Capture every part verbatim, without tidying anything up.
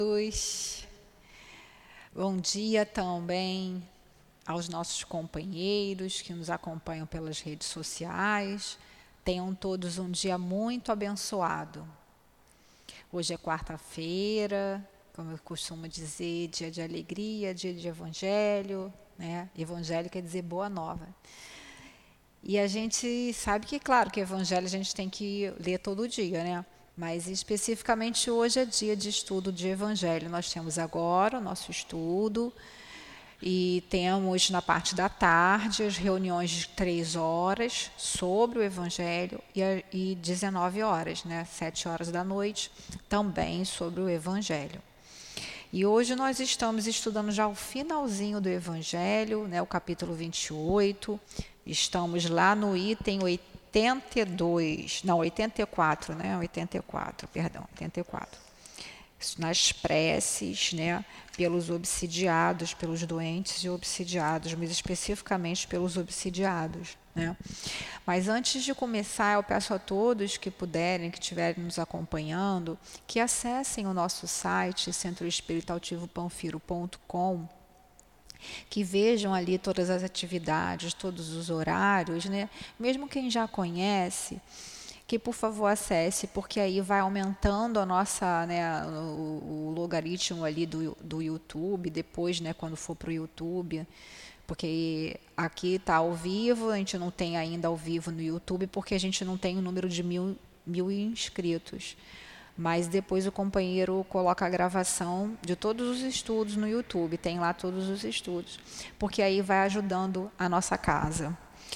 todos. Bom dia também aos nossos companheiros que nos acompanham pelas redes sociais. Tenham todos um dia muito abençoado. Hoje é quarta-feira, como eu costumo dizer, dia de alegria, dia de evangelho, né? Evangelho quer dizer boa nova. E a gente sabe que, claro, que evangelho a gente tem que ler todo dia, né? Mas especificamente hoje é dia de estudo de evangelho. Nós temos agora o nosso estudo e temos na parte da tarde as reuniões de três horas sobre o evangelho e, e dezenove horas, né? sete horas da noite, também sobre o evangelho. E hoje nós estamos estudando já o finalzinho do evangelho, né? O capítulo vinte e oito. Estamos lá no item oitenta e dois, não, oitenta e quatro, né? oitenta e quatro, perdão, oitenta e quatro. Nas preces, né? Pelos obsidiados, pelos doentes e obsidiados, mas especificamente pelos obsidiados, né? Mas antes de começar, eu peço a todos que puderem, que estiverem nos acompanhando, que acessem o nosso site, centro espírita altivo panfiro ponto com, que vejam ali todas as atividades, todos os horários, né? Mesmo quem já conhece, que por favor acesse, porque aí vai aumentando a nossa, né, o, o logaritmo ali do, do YouTube, depois, né, quando for para o YouTube, porque aqui está ao vivo, a gente não tem ainda ao vivo no YouTube, porque a gente não tem o número de mil, mil inscritos. Mas depois o companheiro coloca a gravação de todos os estudos no YouTube, tem lá todos os estudos, porque aí vai ajudando a nossa casa.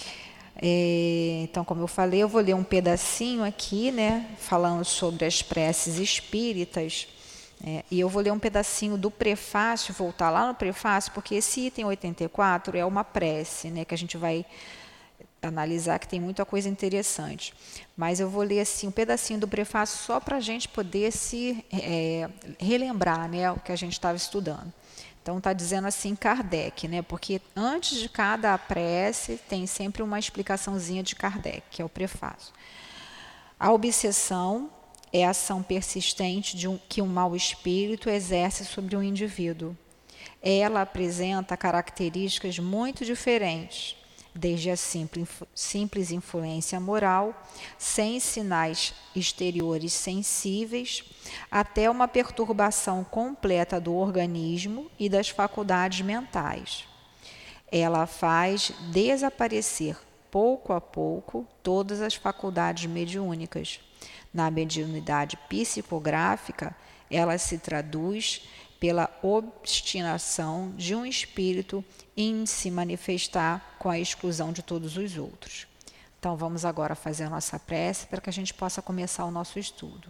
É, então, como eu falei, eu vou ler um pedacinho aqui, né, falando sobre as preces espíritas, é, e eu vou ler um pedacinho do prefácio, voltar lá no prefácio, porque esse item oitenta e quatro é uma prece, né, que a gente vai analisar, que tem muita coisa interessante. Mas eu vou ler assim um pedacinho do prefácio só para a gente poder se é, relembrar, né, o que a gente estava estudando. Então está dizendo assim Kardec, né, porque antes de cada prece tem sempre uma explicaçãozinha de Kardec, que é o prefácio. A obsessão é a ação persistente de um, que um mau espírito exerce sobre um indivíduo. Ela apresenta características muito diferentes, desde a simples, simples influência moral, sem sinais exteriores sensíveis, até uma perturbação completa do organismo e das faculdades mentais. Ela faz desaparecer, pouco a pouco, todas as faculdades mediúnicas. Na mediunidade psicográfica, ela se traduz pela obstinação de um espírito em se manifestar com a exclusão de todos os outros. Então, vamos agora fazer a nossa prece para que a gente possa começar o nosso estudo.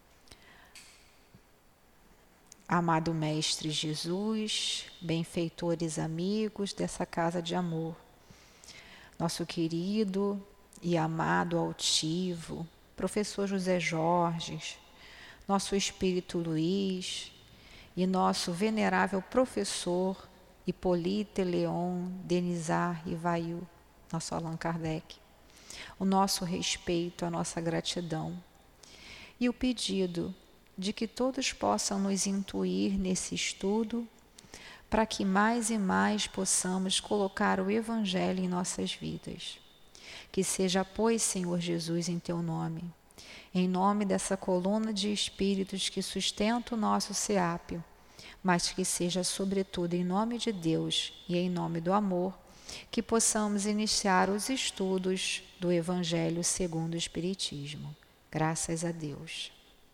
Amado Mestre Jesus, benfeitores amigos dessa casa de amor, nosso querido e amado altivo, professor José Jorge, nosso espírito Luiz, e nosso venerável professor Hippolyte Léon Denisard Rivail, nosso Allan Kardec, o nosso respeito, a nossa gratidão e o pedido de que todos possam nos intuir nesse estudo para que mais e mais possamos colocar o Evangelho em nossas vidas. Que seja, pois, Senhor Jesus, em Teu nome, em nome dessa coluna de espíritos que sustenta o nosso SEAP, mas que seja, sobretudo, em nome de Deus e em nome do amor, que possamos iniciar os estudos do Evangelho segundo o Espiritismo. Graças a Deus.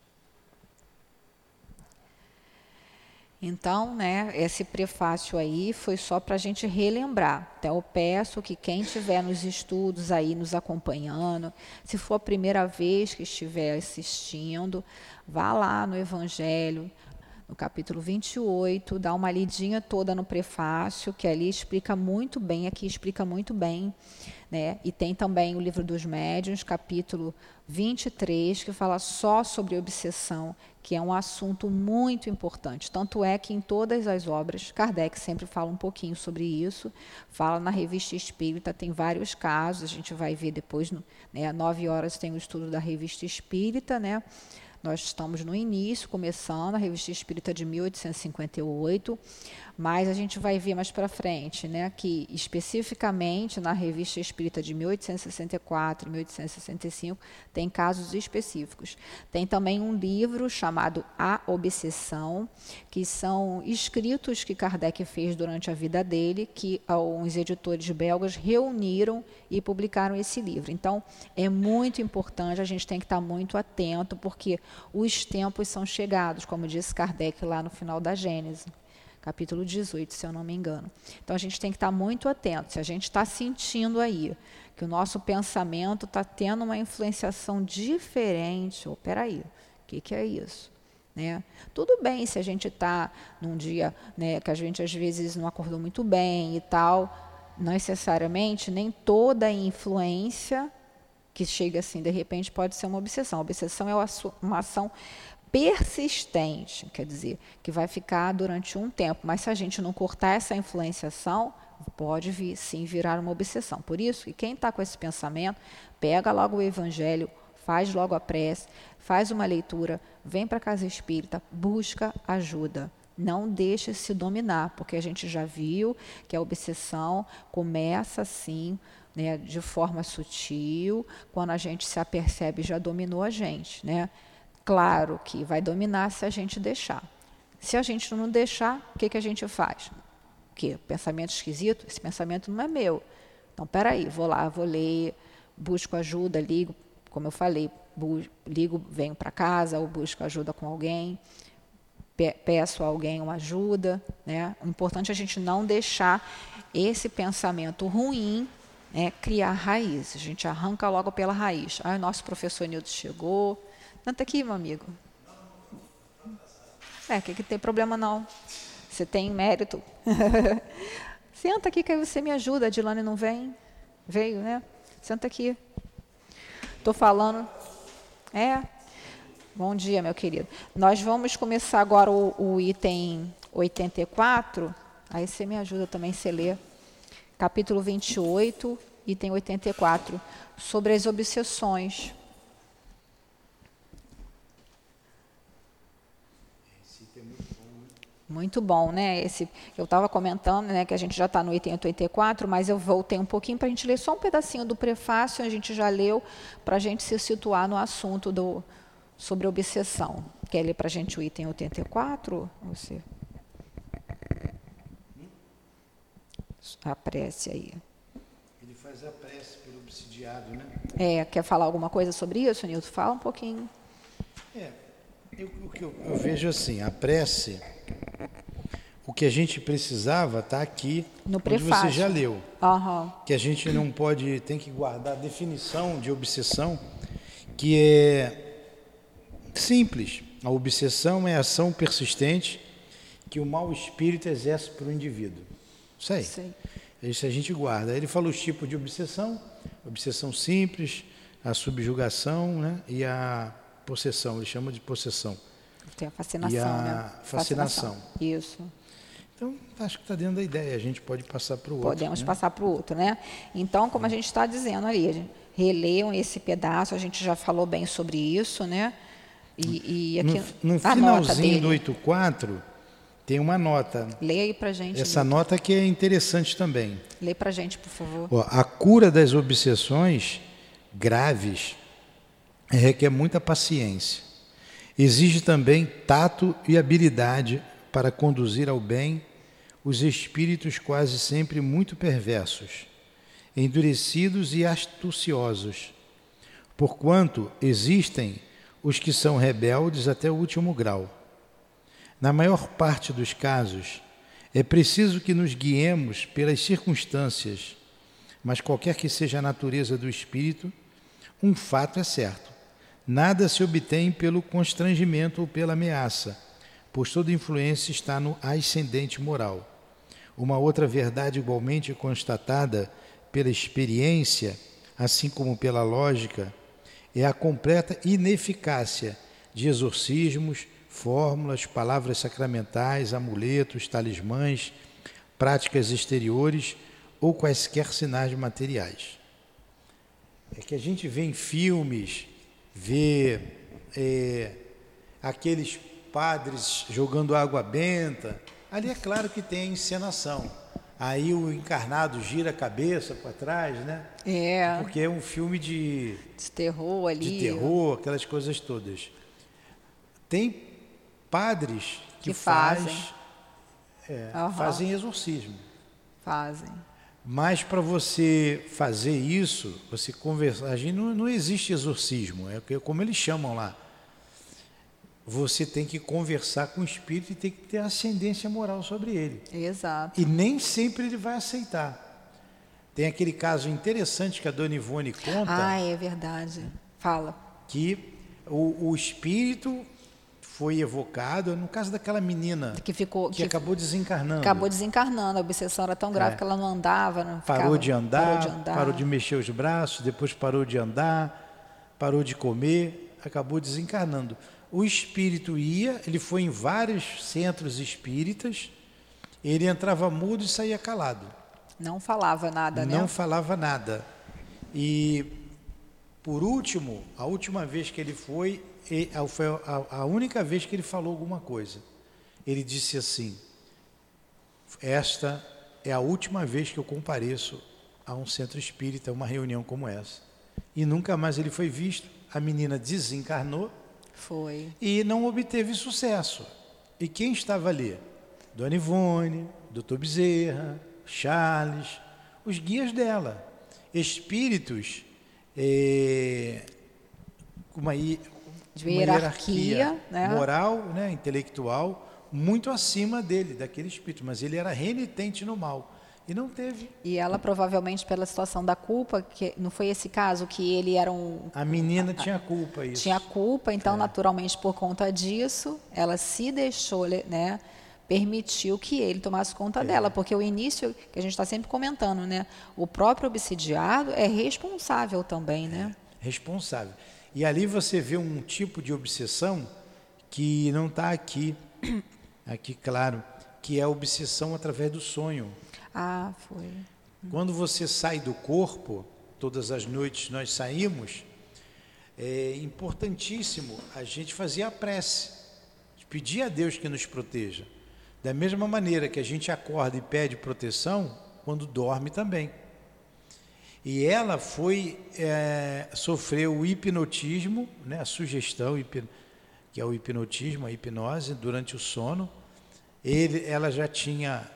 Então, né, esse prefácio aí foi só para a gente relembrar. Então, eu peço que quem estiver nos estudos aí nos acompanhando, se for a primeira vez que estiver assistindo, vá lá no Evangelho, no capítulo vinte e oito, dá uma lidinha toda no prefácio, que ali explica muito bem, aqui explica muito bem, né? E tem também o Livro dos Médiuns, capítulo vinte e três, que fala só sobre obsessão, que é um assunto muito importante. Tanto é que em todas as obras, Kardec sempre fala um pouquinho sobre isso, fala na Revista Espírita, tem vários casos, a gente vai ver depois, né, às nove horas tem o estudo da Revista Espírita, né? Nós estamos no início, começando a Revista Espírita de mil oitocentos e cinquenta e oito, mas a gente vai ver mais para frente, né, que especificamente na Revista Espírita de mil oitocentos e sessenta e quatro, mil oitocentos e sessenta e cinco, tem casos específicos. Tem também um livro chamado A Obsessão, que são escritos que Kardec fez durante a vida dele, que alguns editores belgas reuniram e publicaram esse livro. Então, é muito importante, a gente tem que estar muito atento, porque os tempos são chegados, como disse Kardec lá no final da Gênese, capítulo dezoito, se eu não me engano. Então, a gente tem que estar muito atento. Se a gente está sentindo aí que o nosso pensamento está tendo uma influenciação diferente, oh, peraí, o que, que é isso? Né? Tudo bem se a gente está num dia, né, que a gente às vezes não acordou muito bem e tal, não necessariamente, nem toda influência que chega assim, de repente, pode ser uma obsessão. A obsessão é uma ação persistente, quer dizer, que vai ficar durante um tempo, mas se a gente não cortar essa influenciação, pode vir, sim virar uma obsessão. Por isso que quem está com esse pensamento, pega logo o Evangelho, faz logo a prece, faz uma leitura, vem para a casa espírita, busca ajuda. Não deixe se dominar, porque a gente já viu que a obsessão começa assim, né, de forma sutil, quando a gente se apercebe já dominou a gente, né? Claro que vai dominar se a gente deixar. Se a gente não deixar, o que, que a gente faz? O quê? Pensamento esquisito? Esse pensamento não é meu. Então, peraí, vou lá, vou ler, busco ajuda, ligo, como eu falei, ligo, venho para casa ou busco ajuda com alguém, pe peço a alguém uma ajuda, né? O importante é a gente não deixar esse pensamento ruim, né, criar raiz. A gente arranca logo pela raiz. Ah, o nosso professor Nildo chegou. Senta aqui, meu amigo. É, que, que tem problema não. Você tem mérito. Senta aqui que aí você me ajuda. A Dilane não vem? Veio, né? Senta aqui. Estou falando. É. Bom dia, meu querido. Nós vamos começar agora o, o item oitenta e quatro. Aí você me ajuda também, você lê. Capítulo vinte e oito, item oitenta e quatro. Sobre as obsessões. Muito bom, né? Esse, eu estava comentando, né, que a gente já está no item oitenta e quatro, mas eu voltei um pouquinho para a gente ler só um pedacinho do prefácio, a gente já leu, para a gente se situar no assunto do, sobre obsessão. Quer ler para a gente o item oitenta e quatro? Você? A prece aí. Ele faz a prece pelo obsidiado, né? É, quer falar alguma coisa sobre isso, Nilton? Fala um pouquinho. É, eu, o que eu, eu vejo assim, a prece, o que a gente precisava está aqui, no onde prefácio. você já leu. Uhum. Que a gente não pode, tem que guardar a definição de obsessão, que é simples. A obsessão é a ação persistente que o mau espírito exerce para o indivíduo. Isso aí. Sim. Isso a gente guarda. Ele fala os tipos de obsessão, obsessão simples, a subjugação, né, e a possessão, ele chama de possessão. Tem a fascinação, e a né? fascinação. fascinação. Isso. Então, acho que está dentro da ideia, a gente pode passar para o outro. Podemos né? passar para o outro, né? Então, como a gente está dizendo ali, releiam esse pedaço, a gente já falou bem sobre isso, né? E, e aqui, no no finalzinho do oitenta e quatro, tem uma nota. Leia aí para a gente. Essa Milton. Nota que é interessante também. Lê para a gente, por favor. Ó, a cura das obsessões graves requer muita paciência. Exige também tato e habilidade para conduzir ao bem os espíritos quase sempre muito perversos, endurecidos e astuciosos, porquanto existem os que são rebeldes até o último grau. Na maior parte dos casos, é preciso que nos guiemos pelas circunstâncias, mas qualquer que seja a natureza do espírito, um fato é certo: nada se obtém pelo constrangimento ou pela ameaça, pois toda influência está no ascendente moral. Uma outra verdade igualmente constatada pela experiência, assim como pela lógica, é a completa ineficácia de exorcismos, fórmulas, palavras sacramentais, amuletos, talismãs, práticas exteriores ou quaisquer sinais materiais. É que a gente vê em filmes, vê é, aqueles padres jogando água benta. Ali é claro que tem encenação. Aí o encarnado gira a cabeça para trás, né? É. Porque é um filme de, de terror ali. de terror, aquelas coisas todas. Tem padres que, que fazem. Faz, é, uhum. fazem exorcismo. Fazem. Mas para você fazer isso, você conversar, a gente não, não existe exorcismo, é como eles chamam lá. Você tem que conversar com o espírito e tem que ter ascendência moral sobre ele. Exato. E nem sempre ele vai aceitar. Tem aquele caso interessante que a dona Ivone conta. Ah, é verdade. Fala. Que o, o espírito foi evocado, no caso daquela menina que, ficou, que, que acabou desencarnando. Acabou desencarnando, a obsessão era tão grave é. que ela não andava. Não ficava, parou, de andar, parou de andar, parou de mexer os braços, depois parou de andar, parou de comer, acabou desencarnando. O espírito ia, ele foi em vários centros espíritas, ele entrava mudo e saía calado. Não falava nada, Não né? falava nada. E, por último, a última vez que ele foi, foi a única vez que ele falou alguma coisa. Ele disse assim: esta é a última vez que eu compareço a um centro espírita, a uma reunião como essa. E nunca mais ele foi visto. A menina desencarnou. Foi. E não obteve sucesso. E quem estava ali? Dona Ivone, doutor Bezerra, Charles, os guias dela. Espíritos é, uma, de uma hierarquia, hierarquia né? moral, né, intelectual, muito acima dele, daquele espírito. Mas ele era renitente no mal. E não teve. E ela provavelmente pela situação da culpa, que não foi esse caso que ele era um... A menina tinha culpa, isso. Tinha culpa, então é. naturalmente por conta disso, ela se deixou, né, permitiu que ele tomasse conta é. dela, porque o início, que a gente está sempre comentando, né, o próprio obsidiado é responsável também, né? É, responsável. E ali você vê um tipo de obsessão que não está aqui, aqui claro, que é a obsessão através do sonho. Ah, foi. Quando você sai do corpo, todas as noites nós saímos, é importantíssimo a gente fazer a prece, pedir a Deus que nos proteja. Da mesma maneira que a gente acorda e pede proteção, quando dorme também. E ela foi, é, sofreu o hipnotismo, né, a sugestão, que é o hipnotismo, a hipnose, durante o sono. Ele, ela já tinha...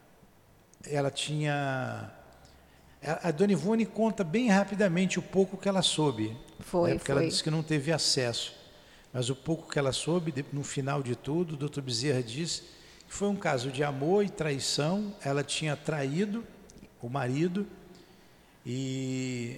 Ela tinha... A dona Ivone conta bem rapidamente o pouco que ela soube. Foi, né? Porque foi. ela disse que não teve acesso. Mas o pouco que ela soube, no final de tudo, o doutor Bezerra disse que foi um caso de amor e traição. Ela tinha traído o marido e,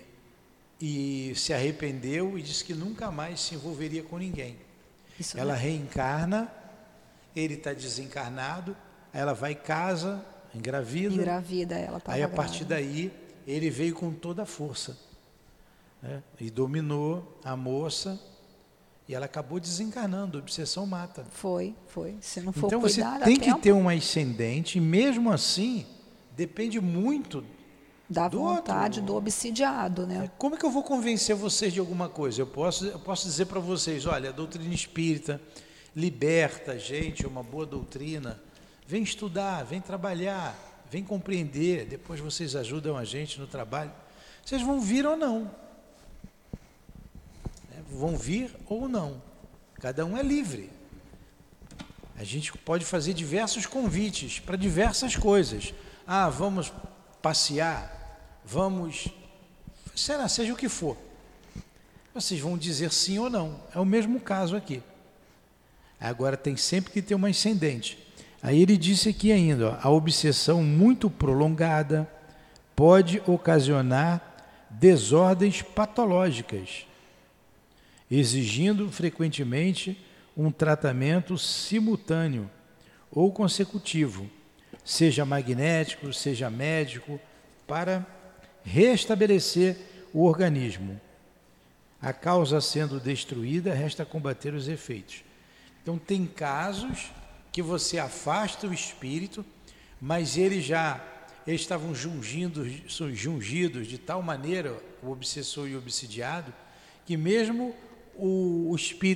e se arrependeu e disse que nunca mais se envolveria com ninguém. Isso ela é. reencarna, ele está desencarnado, aí ela vai e casa... Engravida. Engravida, ela estava Aí a partir daí ele veio com toda a força, né? E dominou a moça e ela acabou desencarnando. A obsessão mata. Foi, foi. Se não for então cuidar, você tem que tempo, ter um ascendente e mesmo assim depende muito da do vontade outro. do obsidiado, né? Como é que eu vou convencer vocês de alguma coisa? Eu posso, eu posso dizer para vocês, olha, a doutrina espírita liberta a gente, é uma boa doutrina. Vem estudar, vem trabalhar, vem compreender, depois vocês ajudam a gente no trabalho. Vocês vão vir ou não. Vão vir ou não. Cada um é livre. A gente pode fazer diversos convites para diversas coisas. Ah, vamos passear, vamos... Será, seja o que for. Vocês vão dizer sim ou não. É o mesmo caso aqui. Agora tem sempre que ter uma ascendente. Aí ele disse aqui ainda, ó, a obsessão muito prolongada pode ocasionar desordens patológicas, exigindo frequentemente um tratamento simultâneo ou consecutivo, seja magnético, seja médico, para restabelecer o organismo. A causa sendo destruída, resta combater os efeitos. Então tem casos que você afasta o espírito, mas eles já eles estavam jungindo, jungidos de tal maneira, o obsessor e o obsidiado, que mesmo o, o espírito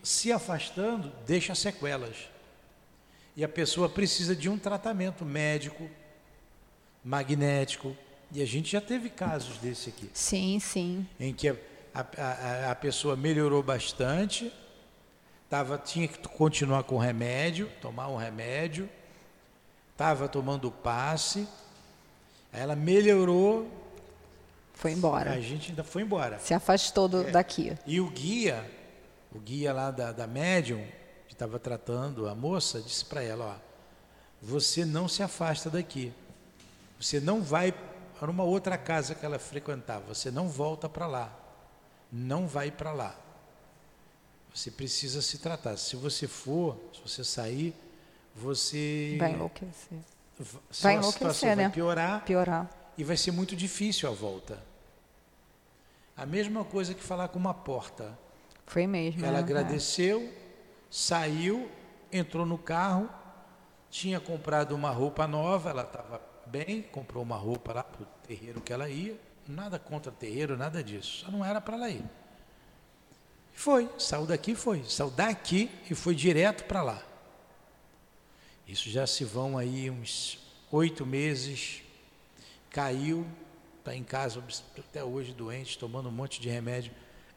se afastando, deixa sequelas. E a pessoa precisa de um tratamento médico, magnético. E a gente já teve casos desse aqui. Sim, sim. Em que a, a, a pessoa melhorou bastante, tava, tinha que continuar com o remédio, tomar um remédio, estava tomando o passe, ela melhorou. Foi embora. A gente ainda foi embora. Se afastou do, é. daqui. E o guia, o guia lá da, da médium, que estava tratando a moça, disse para ela, ó, você não se afasta daqui. Você não vai para uma outra casa que ela frequentava. Você não volta para lá. Não vai para lá. Você precisa se tratar. Se você for, se você sair, você... Vai enlouquecer. Vai enlouquecer, né? Vai piorar. Piorar. E vai ser muito difícil a volta. A mesma coisa que falar com uma porta. Foi mesmo. Ela é, agradeceu, é. saiu, entrou no carro, tinha comprado uma roupa nova, ela estava bem, comprou uma roupa lá para o terreiro que ela ia, nada contra terreiro, nada disso, só não era para ela ir. Foi, saiu daqui, foi, saiu daqui e foi direto para lá. Isso já se vão aí uns oito meses, caiu, está em casa até hoje doente, tomando um monte de remédio.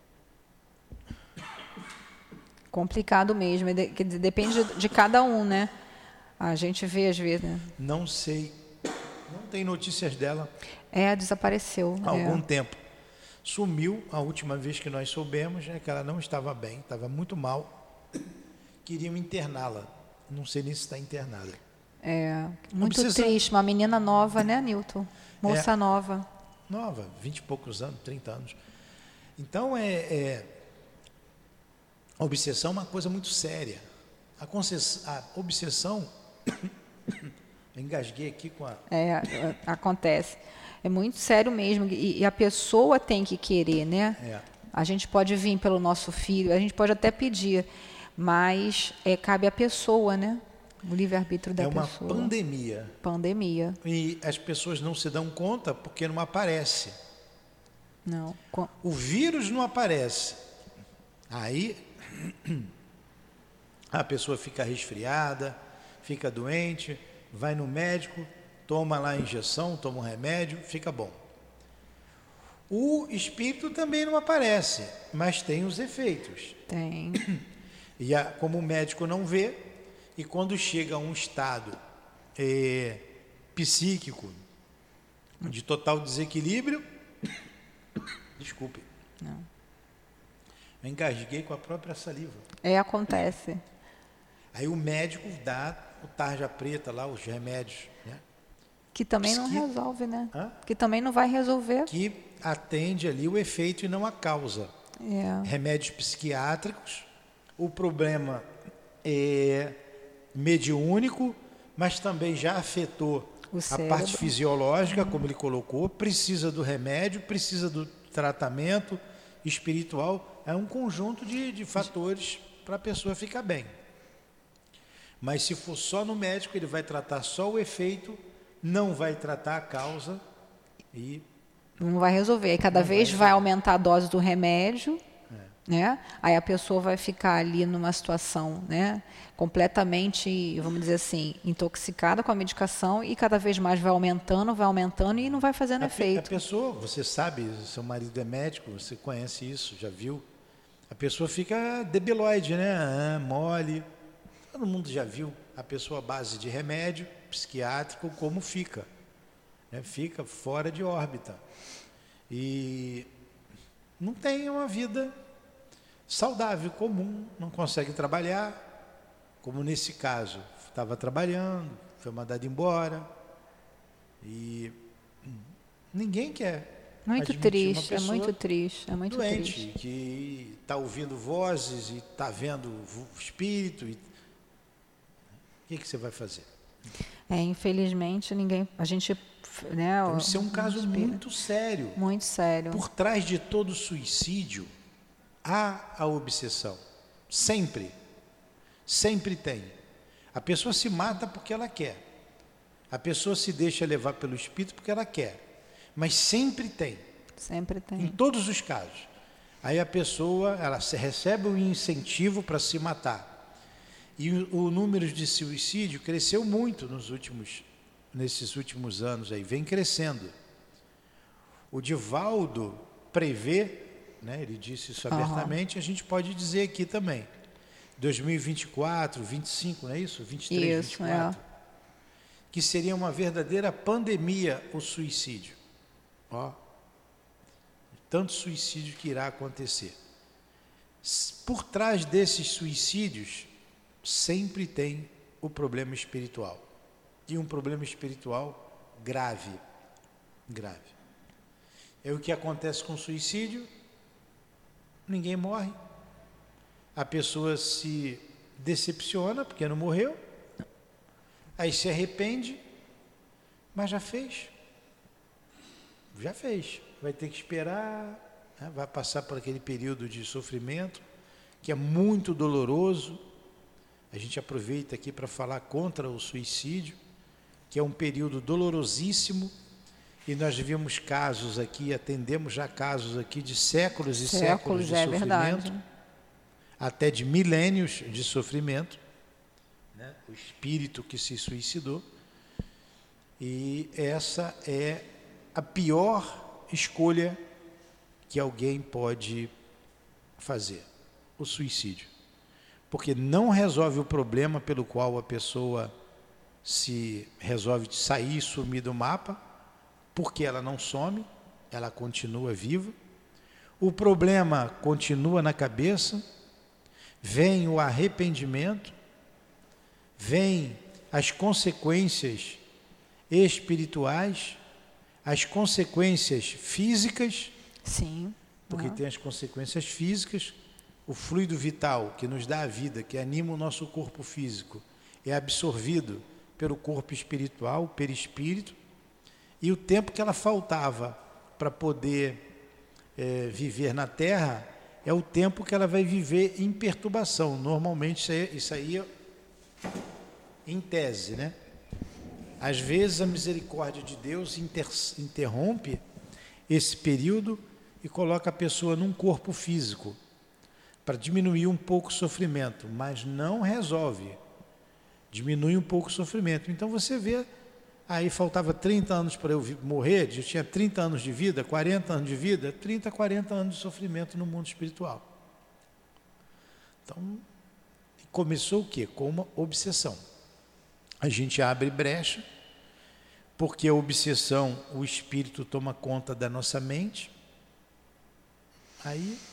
Complicado mesmo, depende de cada um, né? A gente vê às vezes, né? Não sei, não tem notícias dela. É, desapareceu. Há algum é. tempo. Sumiu, a última vez que nós soubemos é que ela não estava bem, estava muito mal. Queriam interná-la, não sei nem se está internada. É, muito Obsessão. Triste, uma menina nova, né, Newton? Moça é, nova. Nova, vinte e poucos anos, trinta anos. Então, é, é, a obsessão é uma coisa muito séria. A, concess, a obsessão... Engasguei aqui com a... É, acontece. É muito sério mesmo. E, e a pessoa tem que querer, né? É. A gente pode vir pelo nosso filho, a gente pode até pedir, mas é, cabe à pessoa, né? O livre-arbítrio da pessoa. É uma pandemia. Pandemia. E as pessoas não se dão conta porque não aparece. Não. O vírus não aparece. Aí a pessoa fica resfriada, fica doente, vai no médico, toma lá a injeção, toma um remédio, fica bom. O espírito também não aparece, mas tem os efeitos. Tem. E a, como o médico não vê, e quando chega a um estado é, psíquico de total desequilíbrio, desculpe, não. Eu engasguei com a própria saliva. É, acontece. Aí o médico dá o tarja preta lá, os remédios, né? Que também não Psiqui... resolve, né? Hã? Que também não vai resolver. Que atende ali o efeito e não a causa. É. Remédios psiquiátricos, o problema é mediúnico, mas também já afetou o a cérebro. parte fisiológica, como ele colocou, precisa do remédio, precisa do tratamento espiritual, é um conjunto de, de fatores para a pessoa ficar bem. Mas se for só no médico, ele vai tratar só o efeito, não vai tratar a causa e... Não vai resolver. Aí cada vez vai, vai aumentar a dose do remédio, é. né? Aí a pessoa vai ficar ali numa situação, né, completamente, vamos dizer assim, intoxicada com a medicação e cada vez mais vai aumentando, vai aumentando e não vai fazendo a efeito. A pessoa, você sabe, seu marido é médico, você conhece isso, já viu? A pessoa fica debilóide, né? Ah, mole. Todo mundo já viu a pessoa à base de remédio psiquiátrico como fica. Né? Fica fora de órbita. E não tem uma vida saudável, comum, não consegue trabalhar, como nesse caso. Estava trabalhando, foi mandado embora. E ninguém quer. Muito triste, é muito triste, é muito doente, triste. Que está ouvindo vozes e está vendo o espírito. E... O que, que você vai fazer? É, infelizmente, ninguém. A gente. Né, então, isso é um caso espírito. muito sério. Muito sério. Por trás de todo suicídio, há a obsessão. Sempre. Sempre tem. A pessoa se mata porque ela quer. A pessoa se deixa levar pelo espírito porque ela quer. Mas sempre tem. Sempre tem. Em todos os casos. Aí a pessoa, ela recebe um incentivo para se matar. E o, o número de suicídio cresceu muito nos últimos, nesses últimos anos aí, vem crescendo. O Divaldo prevê, né, ele disse isso abertamente, uhum. A gente pode dizer aqui também, dois mil e vinte e quatro, vinte e cinco, não é isso? vinte e três, isso, vinte e quatro. É. Que seria uma verdadeira pandemia o suicídio. Ó, tanto suicídio que irá acontecer. Por trás desses suicídios, sempre tem o problema espiritual. E um problema espiritual grave. Grave. É o que acontece com o suicídio, ninguém morre. A pessoa se decepciona porque não morreu, aí se arrepende, mas já fez. Já fez. Vai ter que esperar, né? Vai passar por aquele período de sofrimento, que é muito doloroso. A gente aproveita aqui para falar contra o suicídio, que é um período dolorosíssimo, e nós vimos casos aqui, atendemos já casos aqui de séculos e séculos, séculos de é sofrimento, verdade. Até de milênios de sofrimento, né? O espírito que se suicidou, e essa é a pior escolha que alguém pode fazer, o suicídio. Porque não resolve o problema pelo qual a pessoa se resolve sair e sumir do mapa, porque ela não some, ela continua viva. O problema continua na cabeça, vem o arrependimento, vem as consequências espirituais, as consequências físicas. Sim. Porque uhum. Tem as consequências físicas, o fluido vital que nos dá a vida, que anima o nosso corpo físico, é absorvido pelo corpo espiritual, o perispírito, e o tempo que ela faltava para poder é, viver na Terra é o tempo que ela vai viver em perturbação. Normalmente isso aí, isso aí é em tese, né? Às vezes a misericórdia de Deus inter, interrompe esse período e coloca a pessoa num corpo físico para diminuir um pouco o sofrimento, mas não resolve. Diminui um pouco o sofrimento. Então você vê, aí faltava trinta anos para eu morrer, eu tinha trinta anos de vida, quarenta anos de vida, trinta, quarenta anos de sofrimento no mundo espiritual. Então, começou o quê? Com uma obsessão. A gente abre brecha, porque a obsessão, o espírito toma conta da nossa mente, aí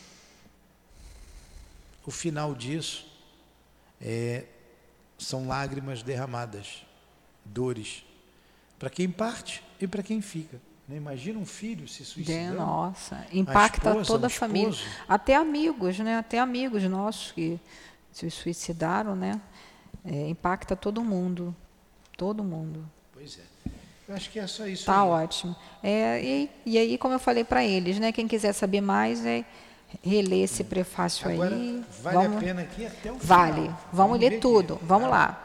o final disso é, são lágrimas derramadas, dores, para quem parte e para quem fica. Imagina um filho se suicidando. Nossa, impacta a, esposa, toda a família, até amigos, né? Até amigos nossos que se suicidaram, né? É, impacta todo mundo, todo mundo. Pois é. Eu acho que é só isso. Tá aí. Ótimo. É, e, e aí, como eu falei para eles, né? Quem quiser saber mais, é reler esse prefácio. Agora, aí. Vale vamos, a pena aqui até o final. Vale. Vamos, vamos ler tudo. Aqui. Vamos tá. lá.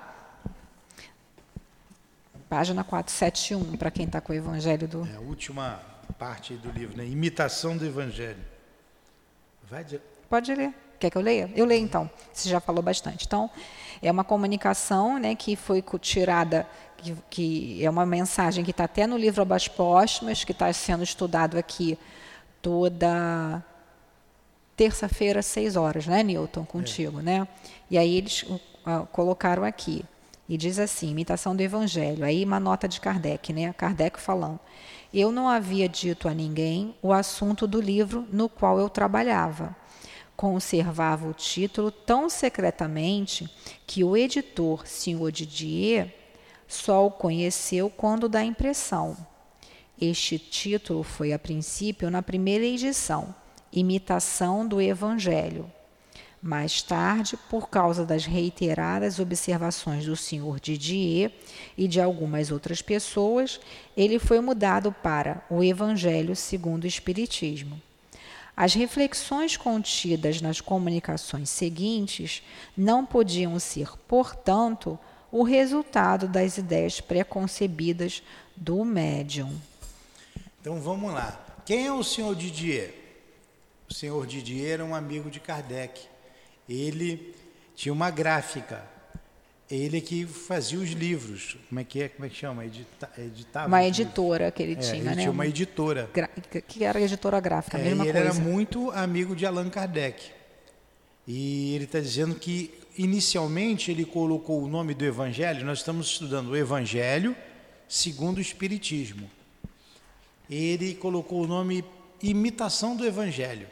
Página quatrocentos e setenta e um, para quem está com o Evangelho do... É a última parte do livro, né? Imitação do Evangelho. Vai dizer. Pode ler. Quer que eu leia? Eu leio então. Você já falou bastante. Então, é uma comunicação, né, que foi tirada, que, que é uma mensagem que está até no livro Obras Póstumas, que está sendo estudado aqui toda terça-feira, às seis horas, né, Newton? Contigo, é. né? E aí eles uh, colocaram aqui. E diz assim, imitação do Evangelho. Aí uma nota de Kardec, né? Kardec falando. Eu não havia dito a ninguém o assunto do livro no qual eu trabalhava. Conservava o título tão secretamente que o editor, senhor Didier, só o conheceu quando da impressão. Este título foi, a princípio, na primeira edição, Imitação do Evangelho. Mais tarde, por causa das reiteradas observações do senhor Didier e de algumas outras pessoas, ele foi mudado para o Evangelho segundo o Espiritismo. As reflexões contidas nas comunicações seguintes não podiam ser, portanto, o resultado das ideias preconcebidas do médium. Então vamos lá. Quem é o senhor Didier? o senhor Didier era um amigo de Kardec. Ele tinha uma gráfica. Ele que fazia os livros. Como é que é? Como é que chama? Edita, editava Uma os editora livros. que ele É, tinha, ele né? tinha uma editora. Gra... que era editora gráfica, a É, mesma e ele coisa. era muito amigo de Allan Kardec. E ele está dizendo que, inicialmente, ele colocou o nome do Evangelho. Nós estamos estudando o Evangelho segundo o Espiritismo. Ele colocou o nome Imitação do Evangelho.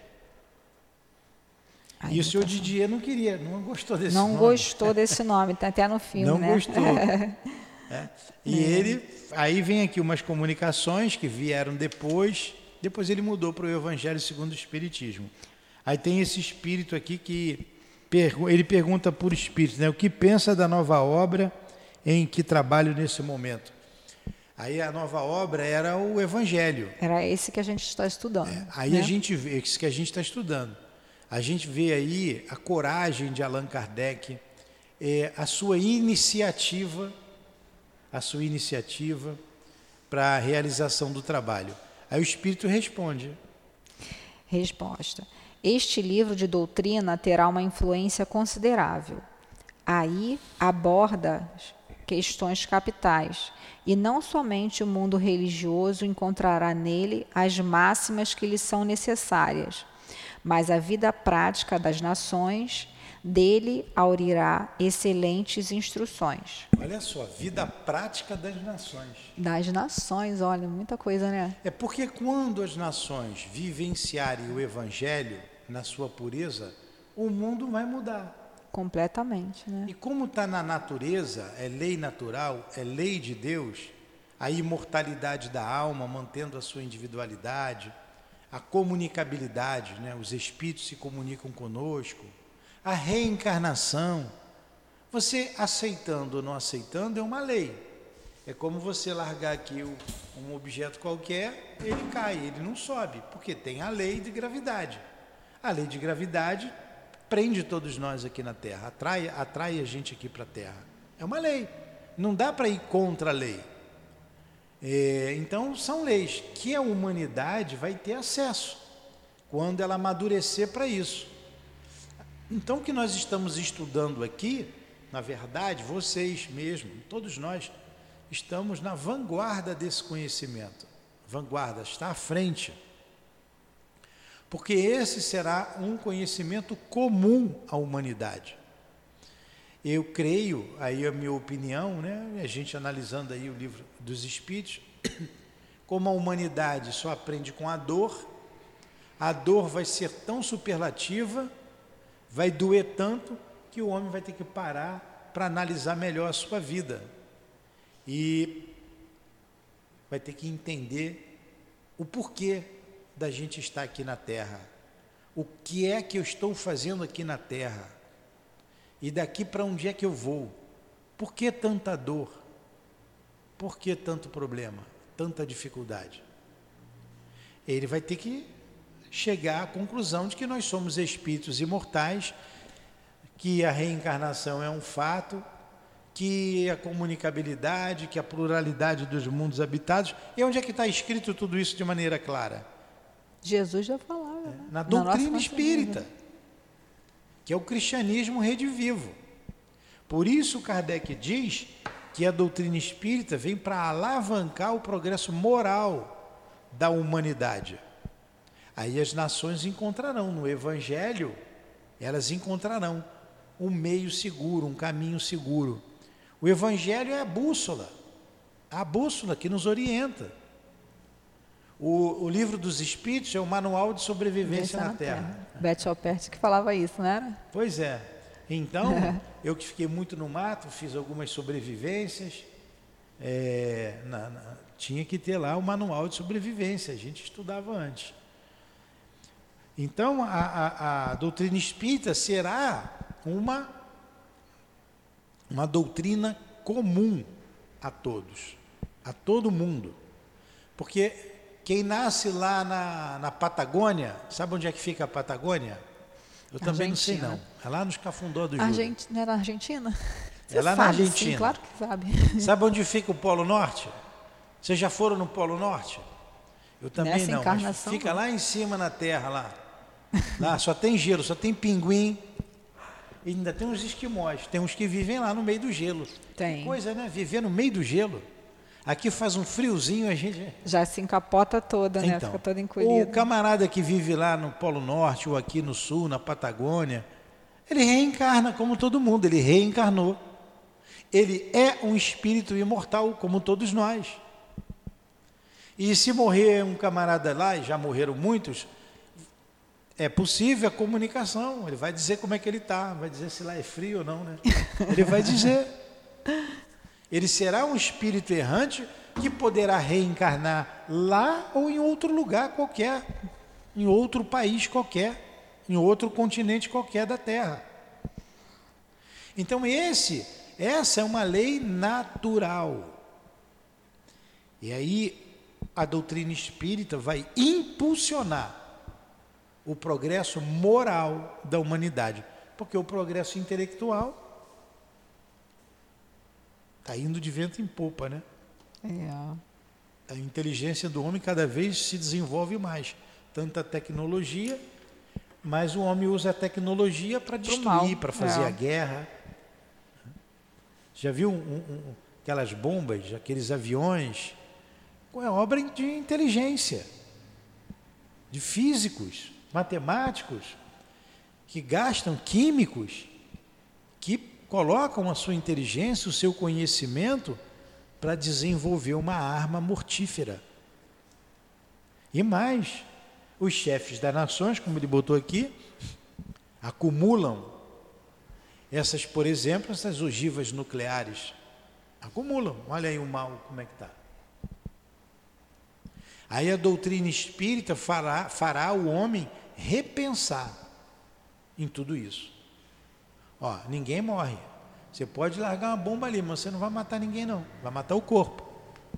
A e o senhor imitação. Didier não queria, não gostou desse Não nome. gostou desse nome, tá até no filme, Não né? gostou. É. E ele, aí vem aqui umas comunicações que vieram depois, depois ele mudou para o Evangelho segundo o Espiritismo. Aí tem esse espírito aqui que, ele pergunta por espírito, né, o que pensa da nova obra em que trabalho nesse momento? Aí a nova obra era o Evangelho. Era esse que a gente está estudando. É, aí né? a gente vê, isso que a gente está estudando. A gente vê aí a coragem de Allan Kardec, é, a sua iniciativa, a sua iniciativa para a realização do trabalho. Aí o Espírito responde. Resposta. Este livro de doutrina terá uma influência considerável. Aí aborda questões capitais, e não somente o mundo religioso encontrará nele as máximas que lhe são necessárias, mas a vida prática das nações dele aurirá excelentes instruções. Olha só, vida prática das nações. Das nações, olha, muita coisa, né? É porque quando as nações vivenciarem o Evangelho na sua pureza, o mundo vai mudar. Completamente, né? E como está na natureza, é lei natural, é lei de Deus, a imortalidade da alma, mantendo a sua individualidade, a comunicabilidade, né? Os espíritos se comunicam conosco, a reencarnação, você aceitando ou não aceitando é uma lei. É como você largar aqui o, um objeto qualquer, ele cai, ele não sobe, porque tem a lei de gravidade. A lei de gravidade prende todos nós aqui na Terra, atrai, atrai a gente aqui para a Terra. É uma lei, não dá para ir contra a lei. É, então, são leis que a humanidade vai ter acesso, quando ela amadurecer para isso. Então, o que nós estamos estudando aqui, na verdade, vocês mesmos, todos nós, estamos na vanguarda desse conhecimento. Vanguarda, está à frente. Porque esse será um conhecimento comum à humanidade. Eu creio, aí a minha opinião, né, a gente analisando aí o livro dos Espíritos, como a humanidade só aprende com a dor, a dor vai ser tão superlativa, vai doer tanto, que o homem vai ter que parar para analisar melhor a sua vida. E vai ter que entender o porquê da gente estar aqui na Terra. O que é que eu estou fazendo aqui na Terra? E daqui para onde é que eu vou? Por que tanta dor? Por que tanto problema? Tanta dificuldade? Ele vai ter que chegar à conclusão de que nós somos espíritos imortais, que a reencarnação é um fato, que a comunicabilidade, que a pluralidade dos mundos habitados. E onde é que está escrito tudo isso de maneira clara? Jesus já falava. É, né? na doutrina Na espírita, que é o cristianismo redivivo. Por isso Kardec diz que a doutrina espírita vem para alavancar o progresso moral da humanidade. Aí as nações encontrarão no Evangelho, elas encontrarão um meio seguro, um caminho seguro. O Evangelho é a bússola, a bússola que nos orienta. O, o livro dos Espíritos é o manual de sobrevivência na, na Terra. terra. Beth Alpert que falava isso, não era? Pois é. Então, eu que fiquei muito no mato, fiz algumas sobrevivências, é, na, na, tinha que ter lá o manual de sobrevivência, a gente estudava antes. Então, a, a, a doutrina espírita será uma, uma doutrina comum a todos, a todo mundo. Porque quem nasce lá na, na Patagônia, sabe onde é que fica a Patagônia? Eu também Argentina. Não sei não, é lá nos Cafundó do Júlio. Argent... Não é na Argentina? Você é lá sabe, na Argentina. Sim, claro que sabe. Sabe onde fica o Polo Norte? Vocês já foram no Polo Norte? Eu também Nessa não, encarnação, mas fica não. lá em cima na Terra, lá. Lá só tem gelo, só tem pinguim. E ainda tem uns esquimós, tem uns que vivem lá no meio do gelo. Tem. Que coisa, né? Viver no meio do gelo. Aqui faz um friozinho, a gente... Já se encapota toda, né? Então, Fica toda encolhida. o camarada que vive lá no Polo Norte, ou aqui no Sul, na Patagônia, ele reencarna como todo mundo, ele reencarnou. Ele é um espírito imortal, como todos nós. E se morrer um camarada lá, e já morreram muitos, é possível a comunicação. Ele vai dizer como é que ele está, vai dizer se lá é frio ou não, né? Ele vai dizer. Ele será um espírito errante que poderá reencarnar lá ou em outro lugar qualquer, em outro país qualquer, em outro continente qualquer da Terra. Então esse, essa é uma lei natural. E aí a doutrina espírita vai impulsionar o progresso moral da humanidade, porque o progresso intelectual está indo de vento em popa, né? É. A inteligência do homem cada vez se desenvolve mais. Tanta tecnologia, mas o homem usa a tecnologia para destruir, para fazer é. a guerra. Já viu um, um, aquelas bombas, aqueles aviões? É obra de inteligência, de físicos, matemáticos, que gastam químicos, que colocam a sua inteligência, o seu conhecimento para desenvolver uma arma mortífera. E mais, os chefes das nações, como ele botou aqui, acumulam essas, por exemplo, essas ogivas nucleares. Acumulam. Olha aí o mal, como é que está. Aí a doutrina espírita fará, fará o homem repensar em tudo isso. Ó, ninguém morre. Você pode largar uma bomba ali, mas você não vai matar ninguém não. Vai matar o corpo.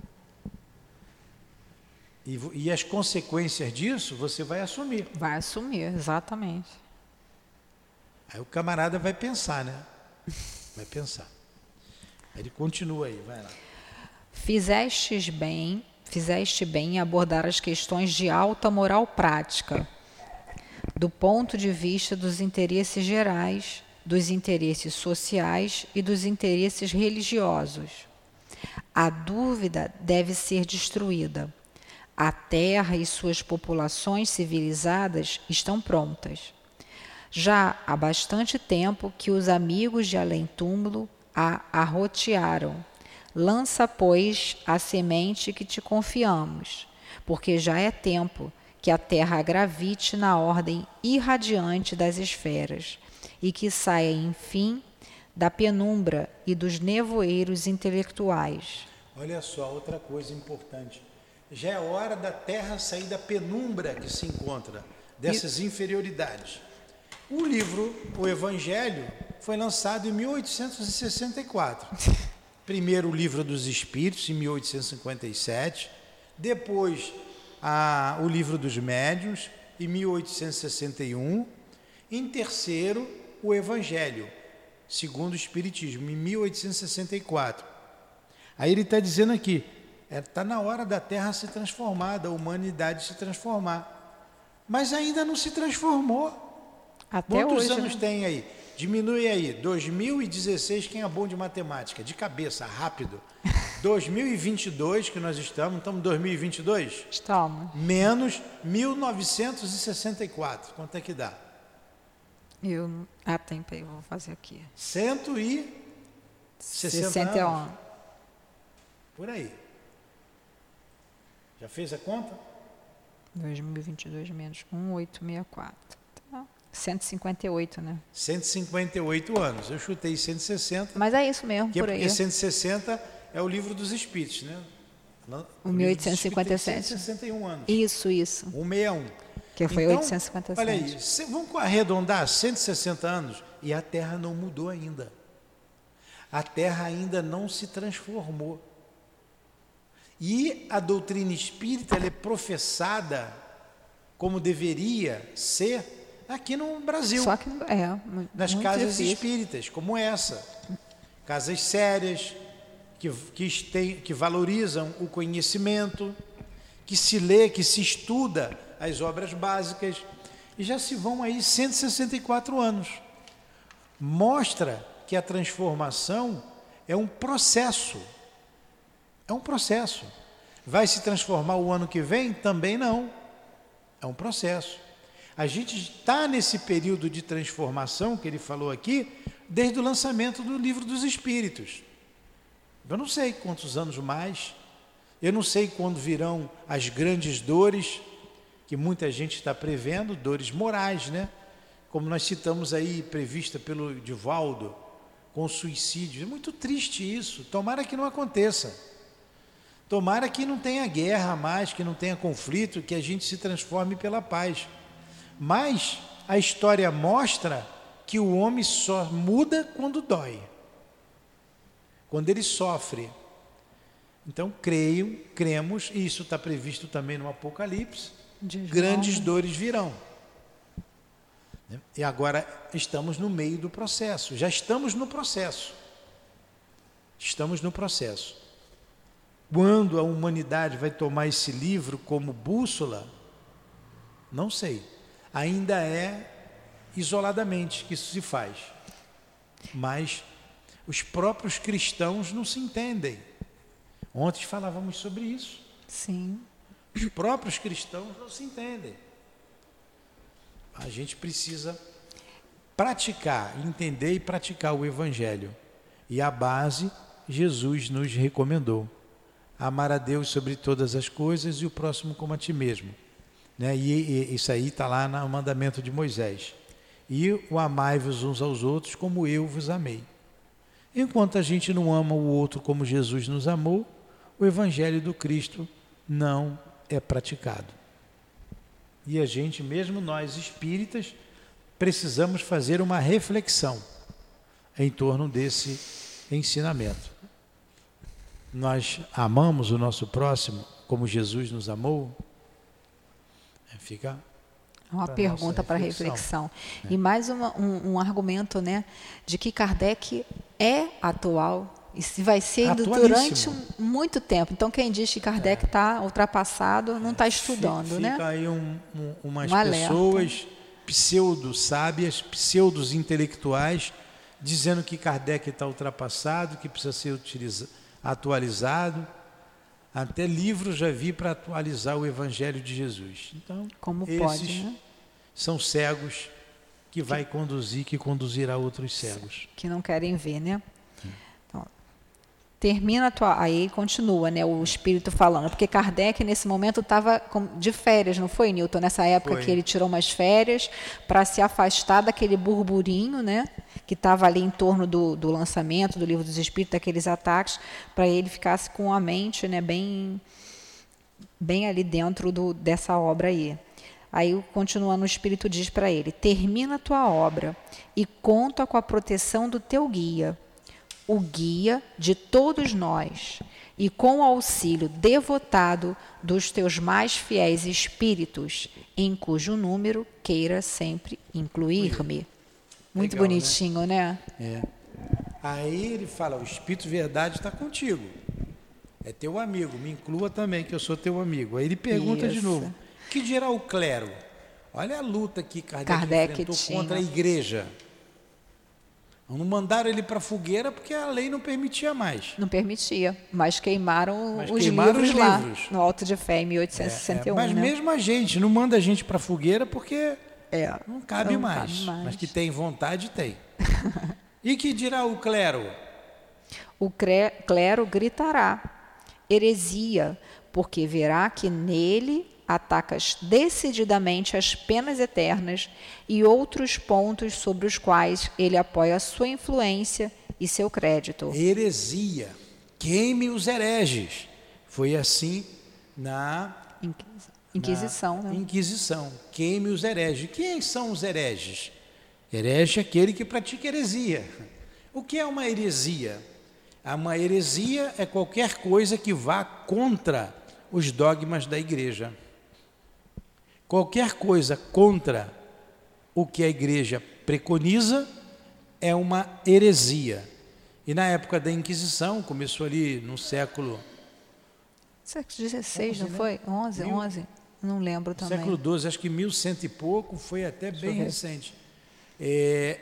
E, e as consequências disso você vai assumir. Vai assumir, exatamente. Aí o camarada vai pensar, né? Vai pensar. Aí ele continua aí, vai lá. Fizestes bem, fizeste bem em abordar as questões de alta moral prática, do ponto de vista dos interesses gerais, dos interesses sociais e dos interesses religiosos. A dúvida deve ser destruída. A Terra e suas populações civilizadas estão prontas. Já há bastante tempo que os amigos de além-túmulo a arrotearam. Lança, pois, a semente que te confiamos, porque já é tempo que a Terra gravite na ordem irradiante das esferas e que saia, enfim, da penumbra e dos nevoeiros intelectuais. Olha só, outra coisa importante. Já é hora da Terra sair da penumbra que se encontra, dessas e... inferioridades. O livro, o Evangelho, foi lançado em mil oitocentos e sessenta e quatro. Primeiro o Livro dos Espíritos, em mil oitocentos e cinquenta e sete. Depois a, o Livro dos Médiuns, em mil oitocentos e sessenta e um. Em terceiro, o Evangelho, segundo o Espiritismo, em mil oitocentos e sessenta e quatro. Aí ele está dizendo aqui, está é, na hora da Terra se transformar, da humanidade se transformar. Mas ainda não se transformou. Até Quantos hoje, anos né? tem aí? Diminui aí. dois mil e dezesseis, quem é bom de matemática? De cabeça, rápido. dois mil e vinte e dois, que nós estamos, estamos em dois mil e vinte e dois? Estamos. Menos mil novecentos e sessenta e quatro. Quanto é que dá? Eu, ah, tem, eu vou fazer aqui. cento e sessenta sessenta e um. anos. Por aí. Já fez a conta? dois mil e vinte e dois menos mil oitocentos e sessenta e quatro. Tá. cento e cinquenta e oito, né? cento e cinquenta e oito anos. Eu chutei cento e sessenta. Mas é isso mesmo, que por é aí. porque cento e sessenta é o Livro dos Espíritos, né? O mil oitocentos e cinquenta e sete. cento e sessenta e um anos. Isso, isso. cento e sessenta e um. Que foi então, oitocentos e cinquenta e sete. Olha aí, se, vamos arredondar cento e sessenta anos e a Terra não mudou ainda. A Terra ainda não se transformou. E a doutrina espírita ela é professada como deveria ser aqui no Brasil. Só que é muito, nas muito casas difícil. espíritas, como essa. Casas sérias, que, que, tem, que valorizam o conhecimento, que se lê, que se estuda as obras básicas. e já se vão aí cento e sessenta e quatro anos. Mostra que a transformação é um processo. É um processo. Vai se transformar o ano que vem? Também não. É um processo. A gente está nesse período de transformação que ele falou aqui, desde o lançamento do Livro dos Espíritos. Eu não sei quantos anos mais, eu não sei quando virão as grandes dores, que muita gente está prevendo, dores morais, né? Como nós citamos aí, prevista pelo Divaldo, com suicídio. É muito triste isso, tomara que não aconteça. Tomara que não tenha guerra mais, que não tenha conflito, que a gente se transforme pela paz. Mas a história mostra que o homem só muda quando dói, quando ele sofre. Então, creio, cremos, e isso está previsto também no Apocalipse, grandes dores virão. E agora estamos no meio do processo, já estamos no processo. Estamos no processo. Quando a humanidade vai tomar esse livro como bússola, não sei. Ainda é isoladamente que isso se faz. Mas os próprios cristãos não se entendem. Ontem falávamos sobre isso. Sim. Os próprios cristãos não se entendem. A gente precisa praticar, entender e praticar o Evangelho. E a base, Jesus nos recomendou. Amar a Deus sobre todas as coisas e o próximo como a ti mesmo. Né? E, e isso aí está lá no mandamento de Moisés. E o amai-vos uns aos outros como eu vos amei. Enquanto a gente não ama o outro como Jesus nos amou, o Evangelho do Cristo não é praticado. E a gente, mesmo nós espíritas, precisamos fazer uma reflexão em torno desse ensinamento. Nós amamos o nosso próximo como Jesus nos amou? Fica uma pergunta para reflexão. É. E mais uma, um, um argumento, né, de que Kardec é atual e se vai ser durante muito tempo. Então, quem diz que Kardec está é. ultrapassado não está é. estudando, fica, né? Fica aí um, um, umas um pessoas pseudo-sábias, pseudos-intelectuais, dizendo que Kardec está ultrapassado, que precisa ser utilizado, atualizado. Até livros já vi para atualizar o Evangelho de Jesus. Então, como esses pode, né? são cegos que vai conduzir, que conduzirá outros cegos. Que não querem ver, né? Então, termina a tua... Aí continua, né? O espírito falando. Porque Kardec, nesse momento, estava de férias, não foi, Newton? Nessa época foi. Que ele tirou umas férias para se afastar daquele burburinho, né? Que estava ali em torno do, do lançamento do Livro dos Espíritos, daqueles ataques, para ele ficasse com a mente, né, bem, bem ali dentro do, dessa obra aí. Aí, continuando, o Espírito diz para ele: termina a tua obra e conta com a proteção do teu guia, o guia de todos nós, e com o auxílio devotado dos teus mais fiéis espíritos, em cujo número queira sempre incluir-me. Muito legal, bonitinho, né? né? É. Aí ele fala: o Espírito de Verdade está contigo. É teu amigo, me inclua também, que eu sou teu amigo. Aí ele pergunta Isso. de novo: que dirá o clero? Olha a luta que Kardec, Kardec enfrentou tinha. contra a igreja. Não mandaram ele para a fogueira porque a lei não permitia mais. Não permitia, mas queimaram, mas os, queimaram livros os lá, livros no Alto de Fé, em mil oitocentos e sessenta e um. É, é. Mas né? mesmo a gente, não manda a gente para a fogueira porque... É, não cabe, não mais, cabe mais, mas que tem vontade, tem. E que dirá o clero? O clero gritará: heresia, porque verá que nele atacas decididamente as penas eternas e outros pontos sobre os quais ele apoia a sua influência e seu crédito. Heresia, queime os hereges. Foi assim na... Inquisição, na né? Inquisição, queime os hereges. Quem são os hereges? Herege é aquele que pratica heresia. O que é uma heresia? Uma heresia é qualquer coisa que vá contra os dogmas da igreja. Qualquer coisa contra o que a igreja preconiza é uma heresia. E na época da Inquisição, começou ali no século... século dezesseis, não foi? onze, onze. Não lembro também. Século doze, acho que mil cento e pouco, foi até Deixa bem recente. É,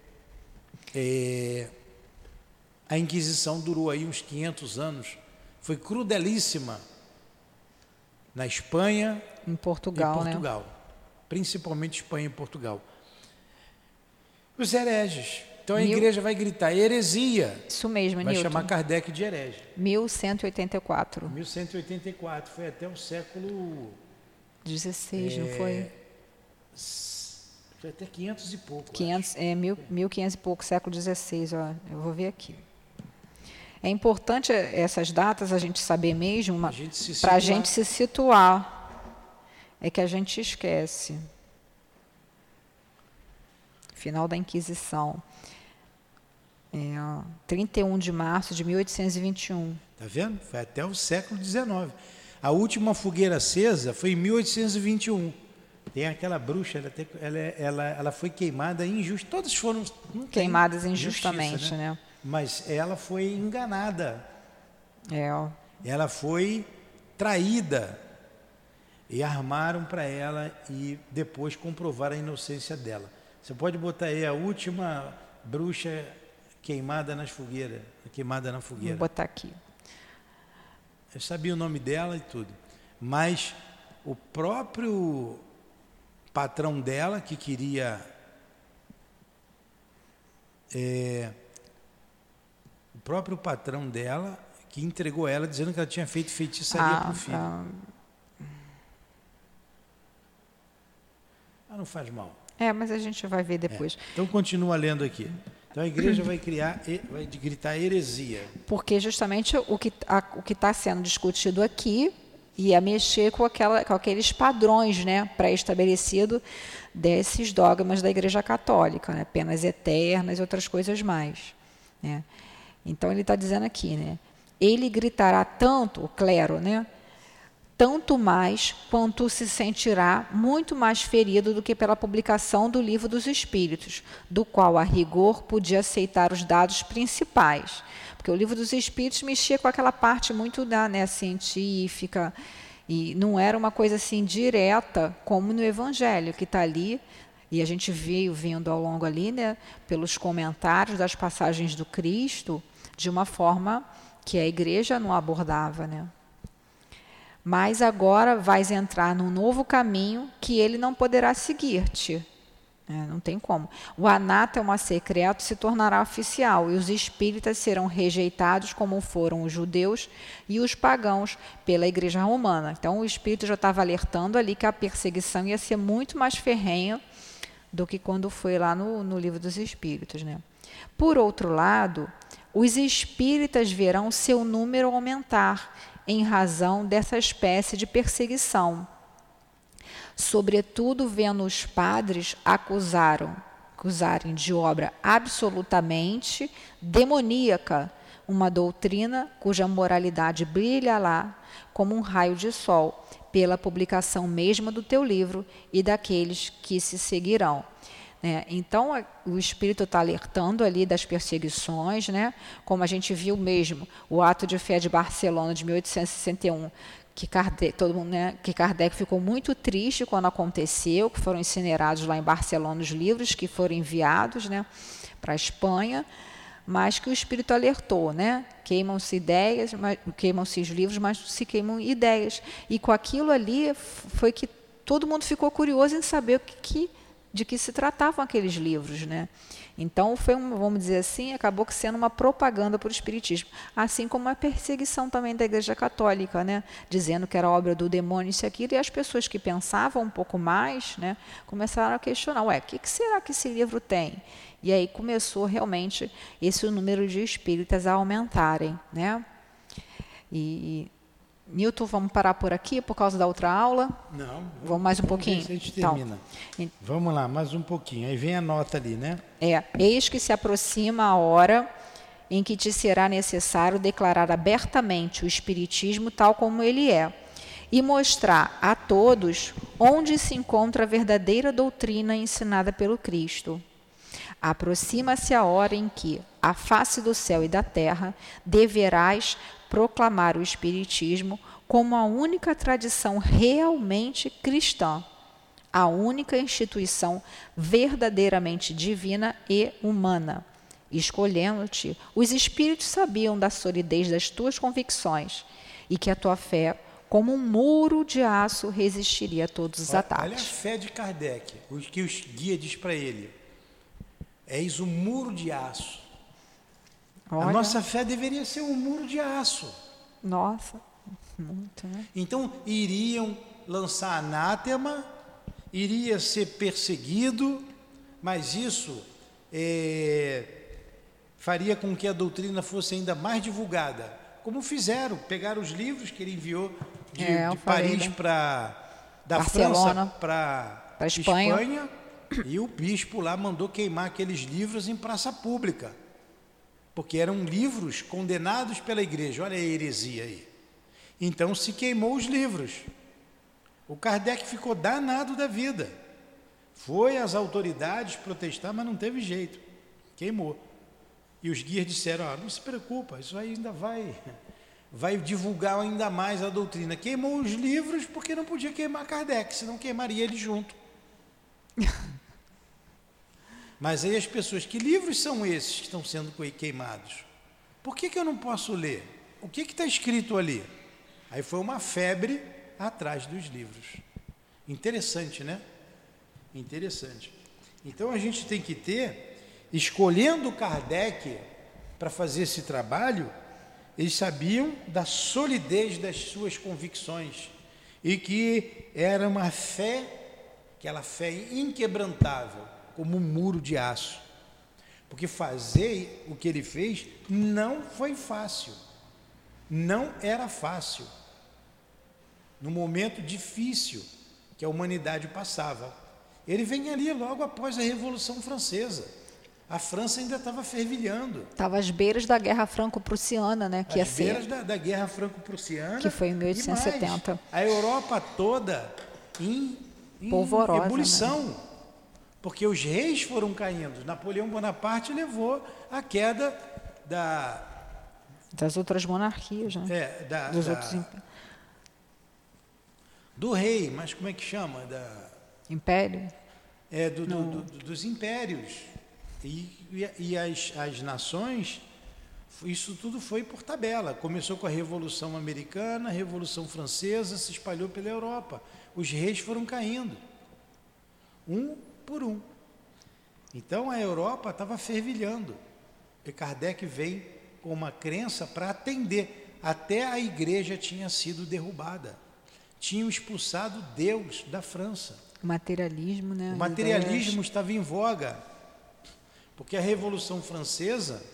é, a Inquisição durou aí uns quinhentos anos, foi crudelíssima na Espanha em Portugal, e Portugal, né? Principalmente Espanha e Portugal. Os hereges. Então a Mil... igreja vai gritar heresia. Isso mesmo, Vai Newton. chamar Kardec de herege. mil cento e oitenta e quatro. mil cento e oitenta e quatro, foi até o século dezesseis, é, não foi? Foi até quinhentos e pouco. quinhentos, é, mil, mil e quinhentos e pouco, século dezesseis, ó, eu vou ver aqui. É importante essas datas a gente saber mesmo, para a gente se situar. É que a gente esquece. Final da Inquisição. É, trinta e um de março de mil oitocentos e vinte e um. Está vendo? Foi até o século dezenove. A última fogueira acesa foi em mil oitocentos e vinte e um. Tem aquela bruxa, ela, tem, ela, ela, ela foi queimada injusta. Todas foram queimadas injustamente, justiça, né? né? Mas ela foi enganada. É. Ela foi traída. E armaram para ela e depois comprovaram a inocência dela. Você pode botar aí a última bruxa queimada nas fogueiras, queimada na fogueira. Vou botar aqui. Eu sabia o nome dela e tudo. Mas o próprio patrão dela, que queria... É, o próprio patrão dela, que entregou ela, dizendo que ela tinha feito feitiçaria ah, para o filho. Ah, ah, não faz mal. É, mas a gente vai ver depois. É. Então, continua lendo aqui. Então, a igreja vai criar, vai gritar heresia. Porque justamente o que a, o que está sendo discutido aqui ia mexer com, aquela, com aqueles padrões, né, pré-estabelecidos desses dogmas da Igreja Católica, né, penas eternas e outras coisas mais. Né. Então, ele está dizendo aqui, né, ele gritará tanto, o clero, né, tanto mais quanto se sentirá muito mais ferido do que pela publicação do Livro dos Espíritos, do qual, a rigor, podia aceitar os dados principais. Porque o Livro dos Espíritos mexia com aquela parte muito da, né, científica, e não era uma coisa assim direta, como no Evangelho, que está ali, e a gente veio vendo ao longo ali, né, pelos comentários das passagens do Cristo, de uma forma que a igreja não abordava, né? Mas agora vais entrar num novo caminho que ele não poderá seguir-te. É, não tem como. O anátema secreto se tornará oficial e os espíritas serão rejeitados como foram os judeus e os pagãos pela Igreja Romana. Então, o espírito já estava alertando ali que a perseguição ia ser muito mais ferrenha do que quando foi lá no, no Livro dos Espíritos, né? Por outro lado, os espíritas verão seu número aumentar em razão dessa espécie de perseguição. Sobretudo, vendo os padres acusaram, acusarem de obra absolutamente demoníaca uma doutrina cuja moralidade brilha lá como um raio de sol, pela publicação mesma do teu livro e daqueles que se seguirão. É, então, o Espírito está alertando ali das perseguições, né? Como a gente viu mesmo, o ato de fé de Barcelona de mil oitocentos e sessenta e um, que Kardec, todo mundo, né, que Kardec ficou muito triste quando aconteceu, que foram incinerados lá em Barcelona os livros que foram enviados, né, para a Espanha, mas que o Espírito alertou, né? Queimam-se ideias, queimam-se os livros, mas se queimam ideias. E com aquilo ali foi que todo mundo ficou curioso em saber o que... que de que se tratavam aqueles livros, né? Então, foi, um, vamos dizer assim, acabou sendo uma propaganda para o Espiritismo, assim como a perseguição também da Igreja Católica, né? Dizendo que era obra do demônio isso e aquilo, e as pessoas que pensavam um pouco mais, né, começaram a questionar, ué, o que, que será que esse livro tem? E aí começou realmente esse número de espíritas a aumentarem, né? E... Newton, vamos parar por aqui por causa da outra aula? Não. Vamos, vamos mais um pouquinho? A gente termina. Então, vamos lá, mais um pouquinho. Aí vem a nota ali, né? É, eis que se aproxima a hora em que te será necessário declarar abertamente o Espiritismo tal como ele é e mostrar a todos onde se encontra a verdadeira doutrina ensinada pelo Cristo. Aproxima-se a hora em que, à face do céu e da terra, deverás proclamar o Espiritismo como a única tradição realmente cristã, a única instituição verdadeiramente divina e humana. Escolhendo-te, os espíritos sabiam da solidez das tuas convicções e que a tua fé, como um muro de aço, resistiria a todos os olha, ataques. Olha a fé de Kardec, o que os guia diz para ele. Eis um muro de aço. Olha. A nossa fé deveria ser um muro de aço. Nossa, muito, né? Então, iriam lançar anátema, iria ser perseguido, mas isso é, faria com que a doutrina fosse ainda mais divulgada. Como fizeram, pegaram os livros que ele enviou de, é, de Paris né? para da Barcelona, França para a Espanha. Espanha, e o bispo lá mandou queimar aqueles livros em praça pública, porque eram livros condenados pela igreja. Olha a heresia aí. Então se queimou os livros. O Kardec ficou danado da vida. Foi às autoridades protestar, mas não teve jeito. Queimou. E os guias disseram, ah, não se preocupa, isso aí ainda vai, vai divulgar ainda mais a doutrina. Queimou os livros porque não podia queimar Kardec, senão queimaria ele junto. Mas aí as pessoas, que livros são esses que estão sendo queimados? Por que que eu não posso ler? O que que está escrito ali? Aí foi uma febre atrás dos livros. Interessante, né? Interessante. Então a gente tem que ter, escolhendo Kardec para fazer esse trabalho, eles sabiam da solidez das suas convicções e que era uma fé, aquela fé inquebrantável, como um muro de aço. Porque fazer o que ele fez não foi fácil. Não era fácil. No momento difícil que a humanidade passava. Ele vem ali logo após a Revolução Francesa. A França ainda estava fervilhando. Estava às beiras da Guerra Franco-Prussiana, né? Que às ia beiras ser, da, da Guerra Franco-Prussiana. que foi em mil oitocentos e setenta. A Europa toda em, em polvorosa, ebulição. né? Porque os reis foram caindo. Napoleão Bonaparte levou à queda da... Das outras monarquias, né? É, da, Dos da, outros impérios. Do rei, mas como é que chama? Da, Império? É, do, do, do, dos impérios. E, e, e as, as nações, isso tudo foi por tabela. Começou com a Revolução Americana, a Revolução Francesa, se espalhou pela Europa. Os reis foram caindo, um por um. Então a Europa estava fervilhando. E Kardec vem com uma crença para atender. Até a igreja tinha sido derrubada. Tinham expulsado Deus da França. O materialismo, né? O materialismo estava em voga, porque a Revolução Francesa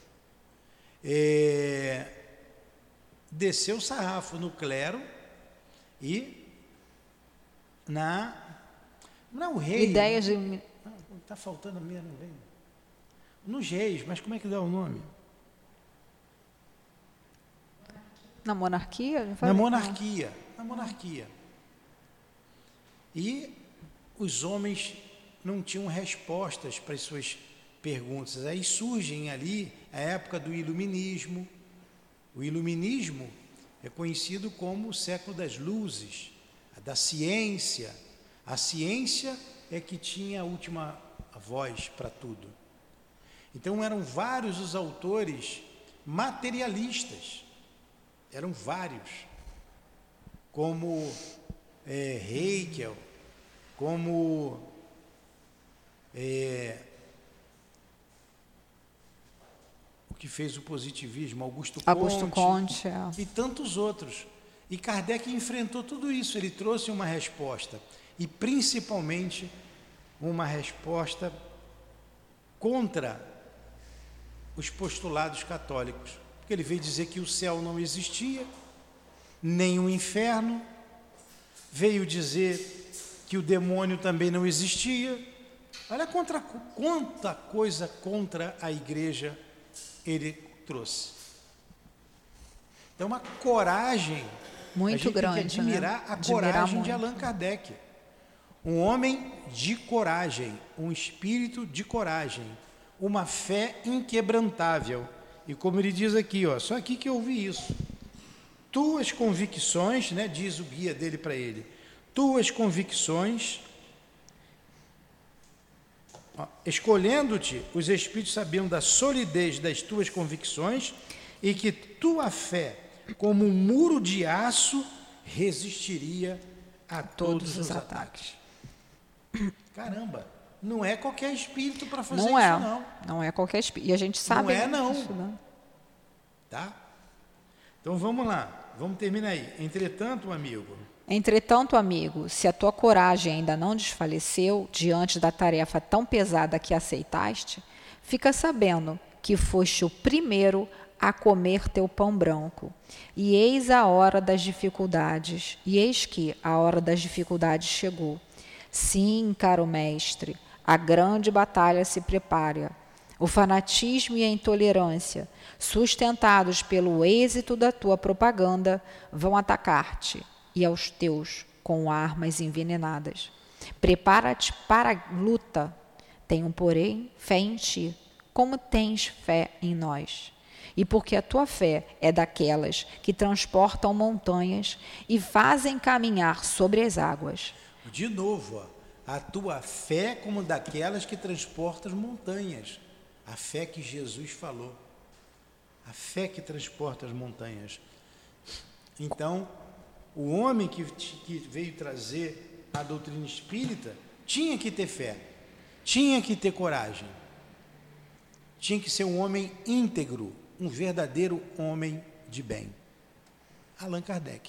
é, desceu o sarrafo no clero e na... Não é o rei... Ideias de... Está faltando mesmo, não vem? Nos reis, mas como é que dá o nome? Na monarquia? Na monarquia, na monarquia. E os homens não tinham respostas para as suas perguntas. Aí surgem ali a época do iluminismo. O iluminismo é conhecido como o século das luzes, da ciência. A ciência é que tinha a última voz para tudo. Então eram vários os autores materialistas. Eram vários, como é, Haeckel, como é, o que fez o positivismo, Augusto Comte, Augusto Comte é. E tantos outros. E Kardec enfrentou tudo isso, ele trouxe uma resposta, e principalmente uma resposta contra os postulados católicos. Porque ele veio dizer que o céu não existia, nem o inferno, veio dizer que o demônio também não existia. Olha contra, quanta coisa contra a igreja ele trouxe. Então, uma coragem, muito a gente grande, tem que admirar, né? a Admirar coragem muito. de Allan Kardec. Um homem de coragem, um espírito de coragem, uma fé inquebrantável. E como ele diz aqui, ó, só aqui que eu ouvi isso. Tuas convicções, né, diz o guia dele para ele, tuas convicções, ó, escolhendo-te, os espíritos sabiam da solidez das tuas convicções e que tua fé, como um muro de aço, resistiria a todos, todos os ataques. ataques. Caramba, não é qualquer espírito para fazer não isso, é, não. Não é qualquer espírito. E a gente sabe... Não é, não. Disso, não. Tá? Então, vamos lá. Vamos terminar aí. Entretanto, amigo... Entretanto, amigo, se a tua coragem ainda não desfaleceu diante da tarefa tão pesada que aceitaste, fica sabendo que foste o primeiro a comer teu pão branco. E eis a hora das dificuldades. E eis que a hora das dificuldades chegou. Sim, caro mestre, a grande batalha se prepara. O fanatismo e a intolerância, sustentados pelo êxito da tua propaganda, vão atacar-te e aos teus com armas envenenadas. Prepara-te para a luta. Tenho, porém, fé em ti, como tens fé em nós. E porque a tua fé é daquelas que transportam montanhas e fazem caminhar sobre as águas. De novo, ó, a tua fé como daquelas que transportam as montanhas. A fé que Jesus falou. A fé que transporta as montanhas. Então, o homem que, que veio trazer a doutrina espírita tinha que ter fé, tinha que ter coragem, tinha que ser um homem íntegro, um verdadeiro homem de bem. Allan Kardec.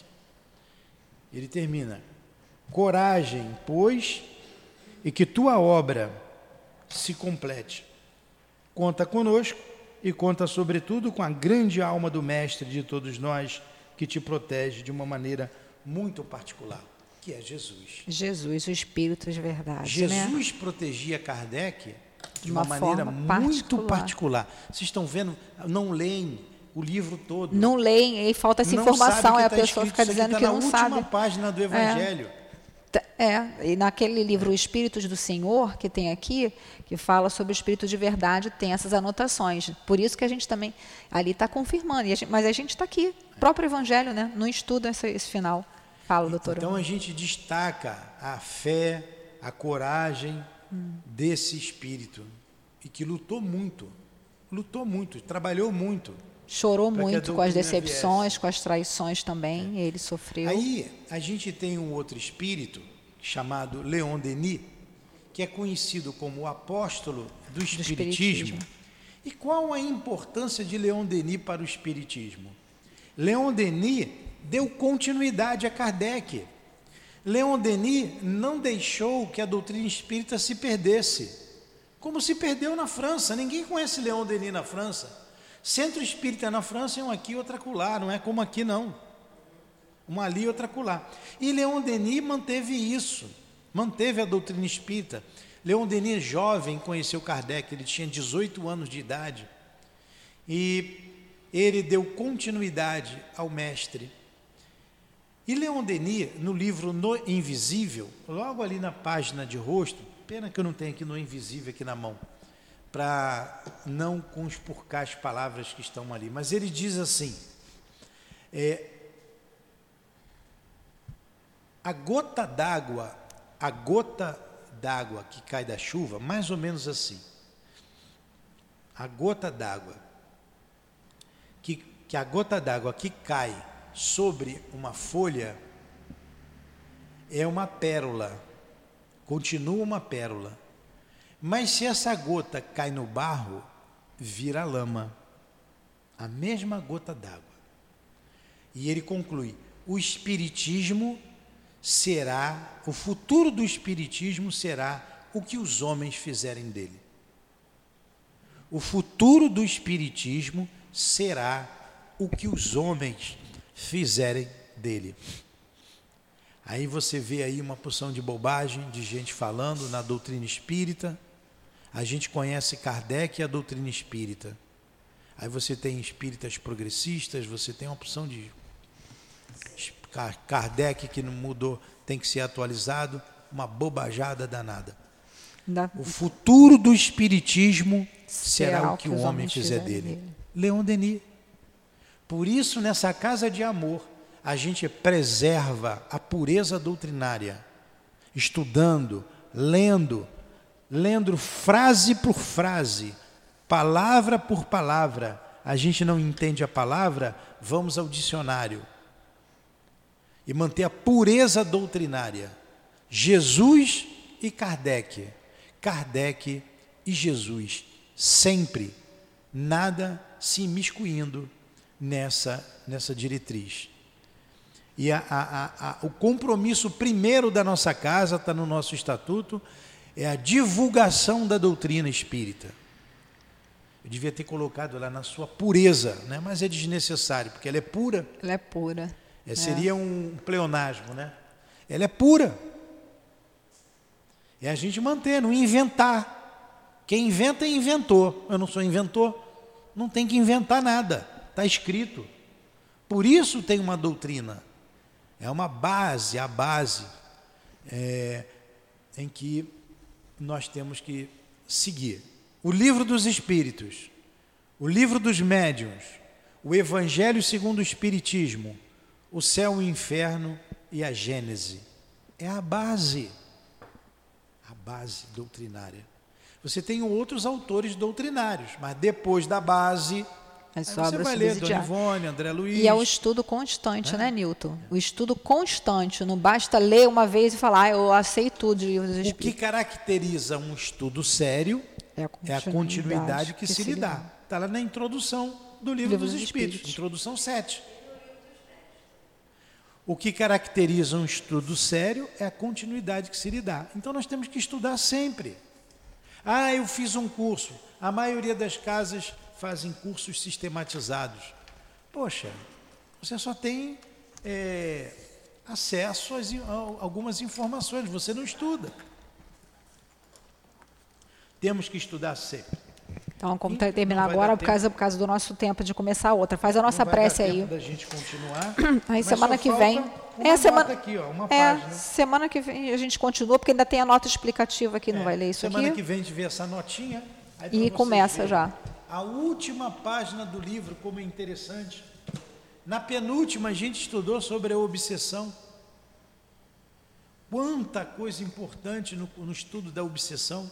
Ele termina: coragem, pois, e que tua obra se complete. Conta conosco e conta sobretudo com a grande alma do Mestre de todos nós, que te protege de uma maneira muito particular, que é Jesus. Jesus, o Espírito de verdade. Jesus, né, protegia Kardec de uma, uma maneira muito particular. particular. Vocês estão vendo? Não leem o livro todo. Não leem, e falta essa informação, e a tá pessoa fica dizendo que, que não sabe. Na última página do Evangelho. É. É, e naquele livro O Espíritos do Senhor, que tem aqui, que fala sobre o Espírito de verdade, tem essas anotações. Por isso que a gente também ali está confirmando, a gente, mas a gente está aqui, o próprio Evangelho, né? Não estuda esse, esse final. Fala, doutor. Então a gente destaca a fé, a coragem hum. desse Espírito, e que lutou muito, lutou muito, trabalhou muito. Chorou muito com as decepções, viesse. com as traições também, é. ele sofreu. Aí a gente tem um outro espírito chamado Leon Denis, que é conhecido como o apóstolo do espiritismo. do espiritismo. E qual a importância de Leon Denis para o espiritismo? Leon Denis deu continuidade a Kardec. Leon Denis não deixou que a doutrina espírita se perdesse, como se perdeu na França. Ninguém conhece Leon Denis na França. Centro espírita na França é um aqui, outro acolá, não é como aqui não. Uma ali, outra acolá. E Leon Denis manteve isso, manteve a doutrina espírita. Leon Denis, jovem, conheceu Kardec, ele tinha dezoito anos de idade. E ele deu continuidade ao mestre. E Leon Denis, no livro No Invisível, logo ali na página de rosto, pena que eu não tenho aqui No Invisível aqui na mão, para não conspurcar as palavras que estão ali. Mas ele diz assim, é, a gota d'água, a gota d'água que cai da chuva, mais ou menos assim, a gota d'água, que, que a gota d'água que cai sobre uma folha é uma pérola, continua uma pérola. Mas se essa gota cai no barro, vira lama. A mesma gota d'água. E ele conclui, o espiritismo será, o futuro do espiritismo será o que os homens fizerem dele. O futuro do espiritismo será o que os homens fizerem dele. Aí você vê aí uma porção de bobagem, de gente falando na doutrina espírita. A gente conhece Kardec e a doutrina espírita. Aí você tem espíritas progressistas, você tem uma opção de Kardec que não mudou, tem que ser atualizado. uma bobajada danada. Da... O futuro do espiritismo será, será o que, que o homem fizer dele. dele. Leon Denis. Por isso, nessa casa de amor, a gente preserva a pureza doutrinária, estudando, lendo, lendo frase por frase, palavra por palavra. A gente não entende a palavra, vamos ao dicionário. E manter a pureza doutrinária. Jesus e Kardec. Kardec e Jesus. Sempre. Nada se imiscuindo nessa, nessa diretriz. E a, a, a, o compromisso primeiro da nossa casa, está no nosso estatuto, é a divulgação da doutrina espírita. Eu devia ter colocado lá na sua pureza, né? Mas é desnecessário, porque ela é pura. Ela é pura. É, seria é. um pleonasmo, né? Ela é pura. É a gente manter, não inventar. Quem inventa, inventou. Eu não sou inventor, não tem que inventar nada. Está escrito. Por isso tem uma doutrina. É uma base, a base é, em que nós temos que seguir. O livro dos Espíritos, o livro dos Médiuns, o Evangelho segundo o Espiritismo, o céu e o inferno e a Gênese. É a base, a base doutrinária. Você tem outros autores doutrinários, mas depois da base, As aí você vai ler Dona Ivone, André Luiz. E é o estudo constante, é? né, Newton? O estudo constante, não basta ler uma vez e falar, ah, eu aceito tudo de livros dos Espíritos. O que caracteriza um estudo sério é a continuidade, é a continuidade que, que se lhe dá. Está lá na introdução do livro, livro dos, dos Espíritos, Espíritos, introdução sete. O que caracteriza um estudo sério é a continuidade que se lhe dá. Então nós temos que estudar sempre. Ah, eu fiz um curso. A maioria das casas fazem cursos sistematizados. Poxa, você só tem é, acesso às, a algumas informações, você não estuda. Temos que estudar sempre. Então, como então, terminar agora, por causa, por causa do nosso tempo de começar a outra. Faz a nossa prece aí. Não vai dar tempo da gente continuar. Aí semana que vem. Uma é semana aqui, ó, uma é, página. Semana que vem a gente continua, porque ainda tem a nota explicativa aqui, é, não vai ler isso semana aqui. Semana que vem a gente vê essa notinha. Aí e começa verem. já. A última página do livro, como é interessante. Na penúltima, a gente estudou sobre a obsessão. Quanta coisa importante no, no estudo da obsessão.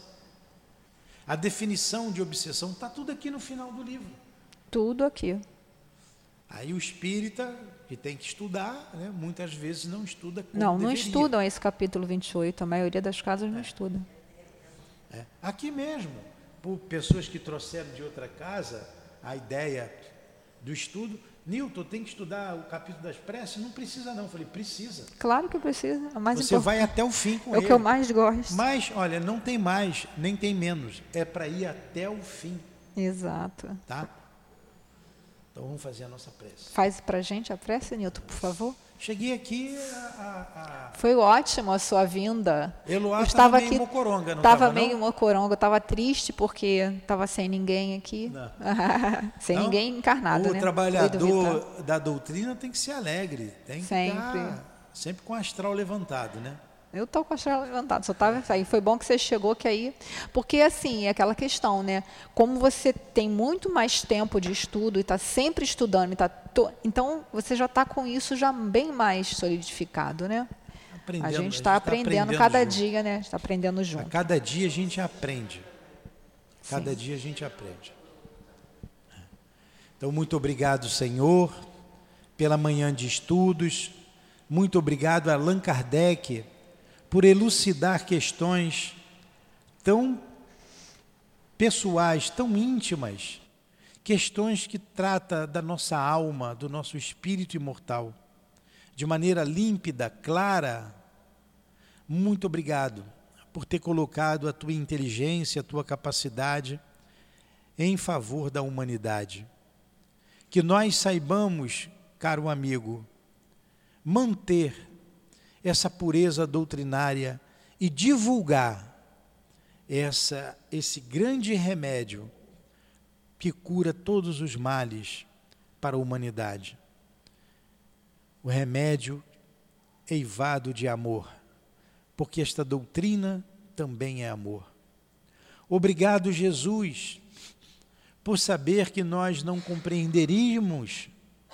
A definição de obsessão está tudo aqui no final do livro. Tudo aqui. Aí o espírita, que tem que estudar, né, muitas vezes não estuda como Não, não deveria. estudam esse capítulo vinte e oito, a maioria das casas não é. estuda. É. Aqui mesmo, por pessoas que trouxeram de outra casa a ideia do estudo, Newton, tem que estudar o capítulo das preces? Não precisa não. Eu falei, precisa. Claro que precisa. É mais Você importante. vai até o fim com ele. É ele. o que eu mais gosto. Mas, olha, não tem mais, nem tem menos. É para ir até o fim. Exato. Tá? Então vamos fazer a nossa prece. Faz para a gente a prece, Newton, por favor. Cheguei aqui a... a, a... Foi ótimo a sua vinda. Eloá estava meio aqui, mocoronga, não estava? Estava meio mocoronga, estava triste porque estava sem ninguém aqui. sem não, ninguém encarnado, o né? O trabalhador da doutrina tem que ser alegre, tem que sempre. estar sempre com o astral levantado, né? Eu estou com o astral levantado, só tava aí. Foi bom que você chegou, que aí... Porque, assim, é aquela questão, né? Como você tem muito mais tempo de estudo e está sempre estudando, e tá to... então você já está com isso já bem mais solidificado, né? Aprendendo, a gente está aprendendo, tá aprendendo cada junto. dia, né? Está aprendendo junto. A cada dia a gente aprende. Cada Sim. dia a gente aprende. Então, muito obrigado, Senhor, pela manhã de estudos. Muito obrigado a Allan Kardec por elucidar questões tão pessoais, tão íntimas, questões que tratam da nossa alma, do nosso espírito imortal, de maneira límpida, clara. Muito obrigado por ter colocado a tua inteligência, a tua capacidade em favor da humanidade. Que nós saibamos, caro amigo, manter essa pureza doutrinária e divulgar essa, esse grande remédio que cura todos os males para a humanidade. O remédio eivado de amor, porque esta doutrina também é amor. Obrigado, Jesus, por saber que nós não compreenderíamos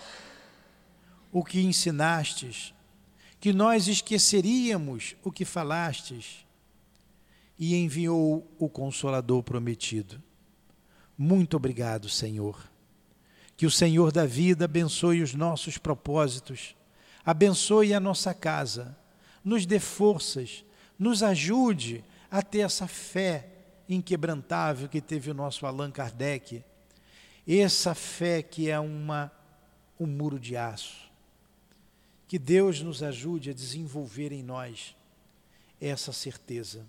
o que ensinastes, que nós esqueceríamos o que falastes, e enviou o Consolador prometido. Muito obrigado, Senhor. Que o Senhor da vida abençoe os nossos propósitos, abençoe a nossa casa, nos dê forças, nos ajude a ter essa fé inquebrantável que teve o nosso Allan Kardec, essa fé que é uma, um muro de aço. Que Deus nos ajude a desenvolver em nós essa certeza.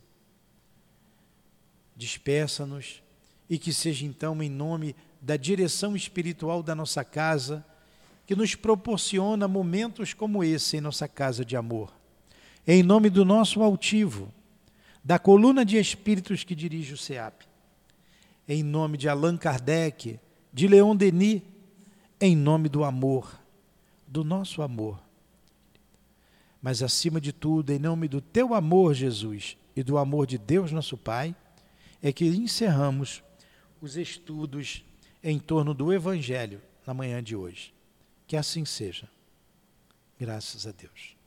Despeça-nos e que seja então em nome da direção espiritual da nossa casa, que nos proporciona momentos como esse em nossa casa de amor. Em nome do nosso altivo, da coluna de espíritos que dirige o SEAP, em nome de Allan Kardec, de Leon Denis, em nome do amor, do nosso amor. Mas acima de tudo, em nome do teu amor, Jesus, e do amor de Deus nosso Pai, é que encerramos os estudos em torno do Evangelho na manhã de hoje. Que assim seja. Graças a Deus.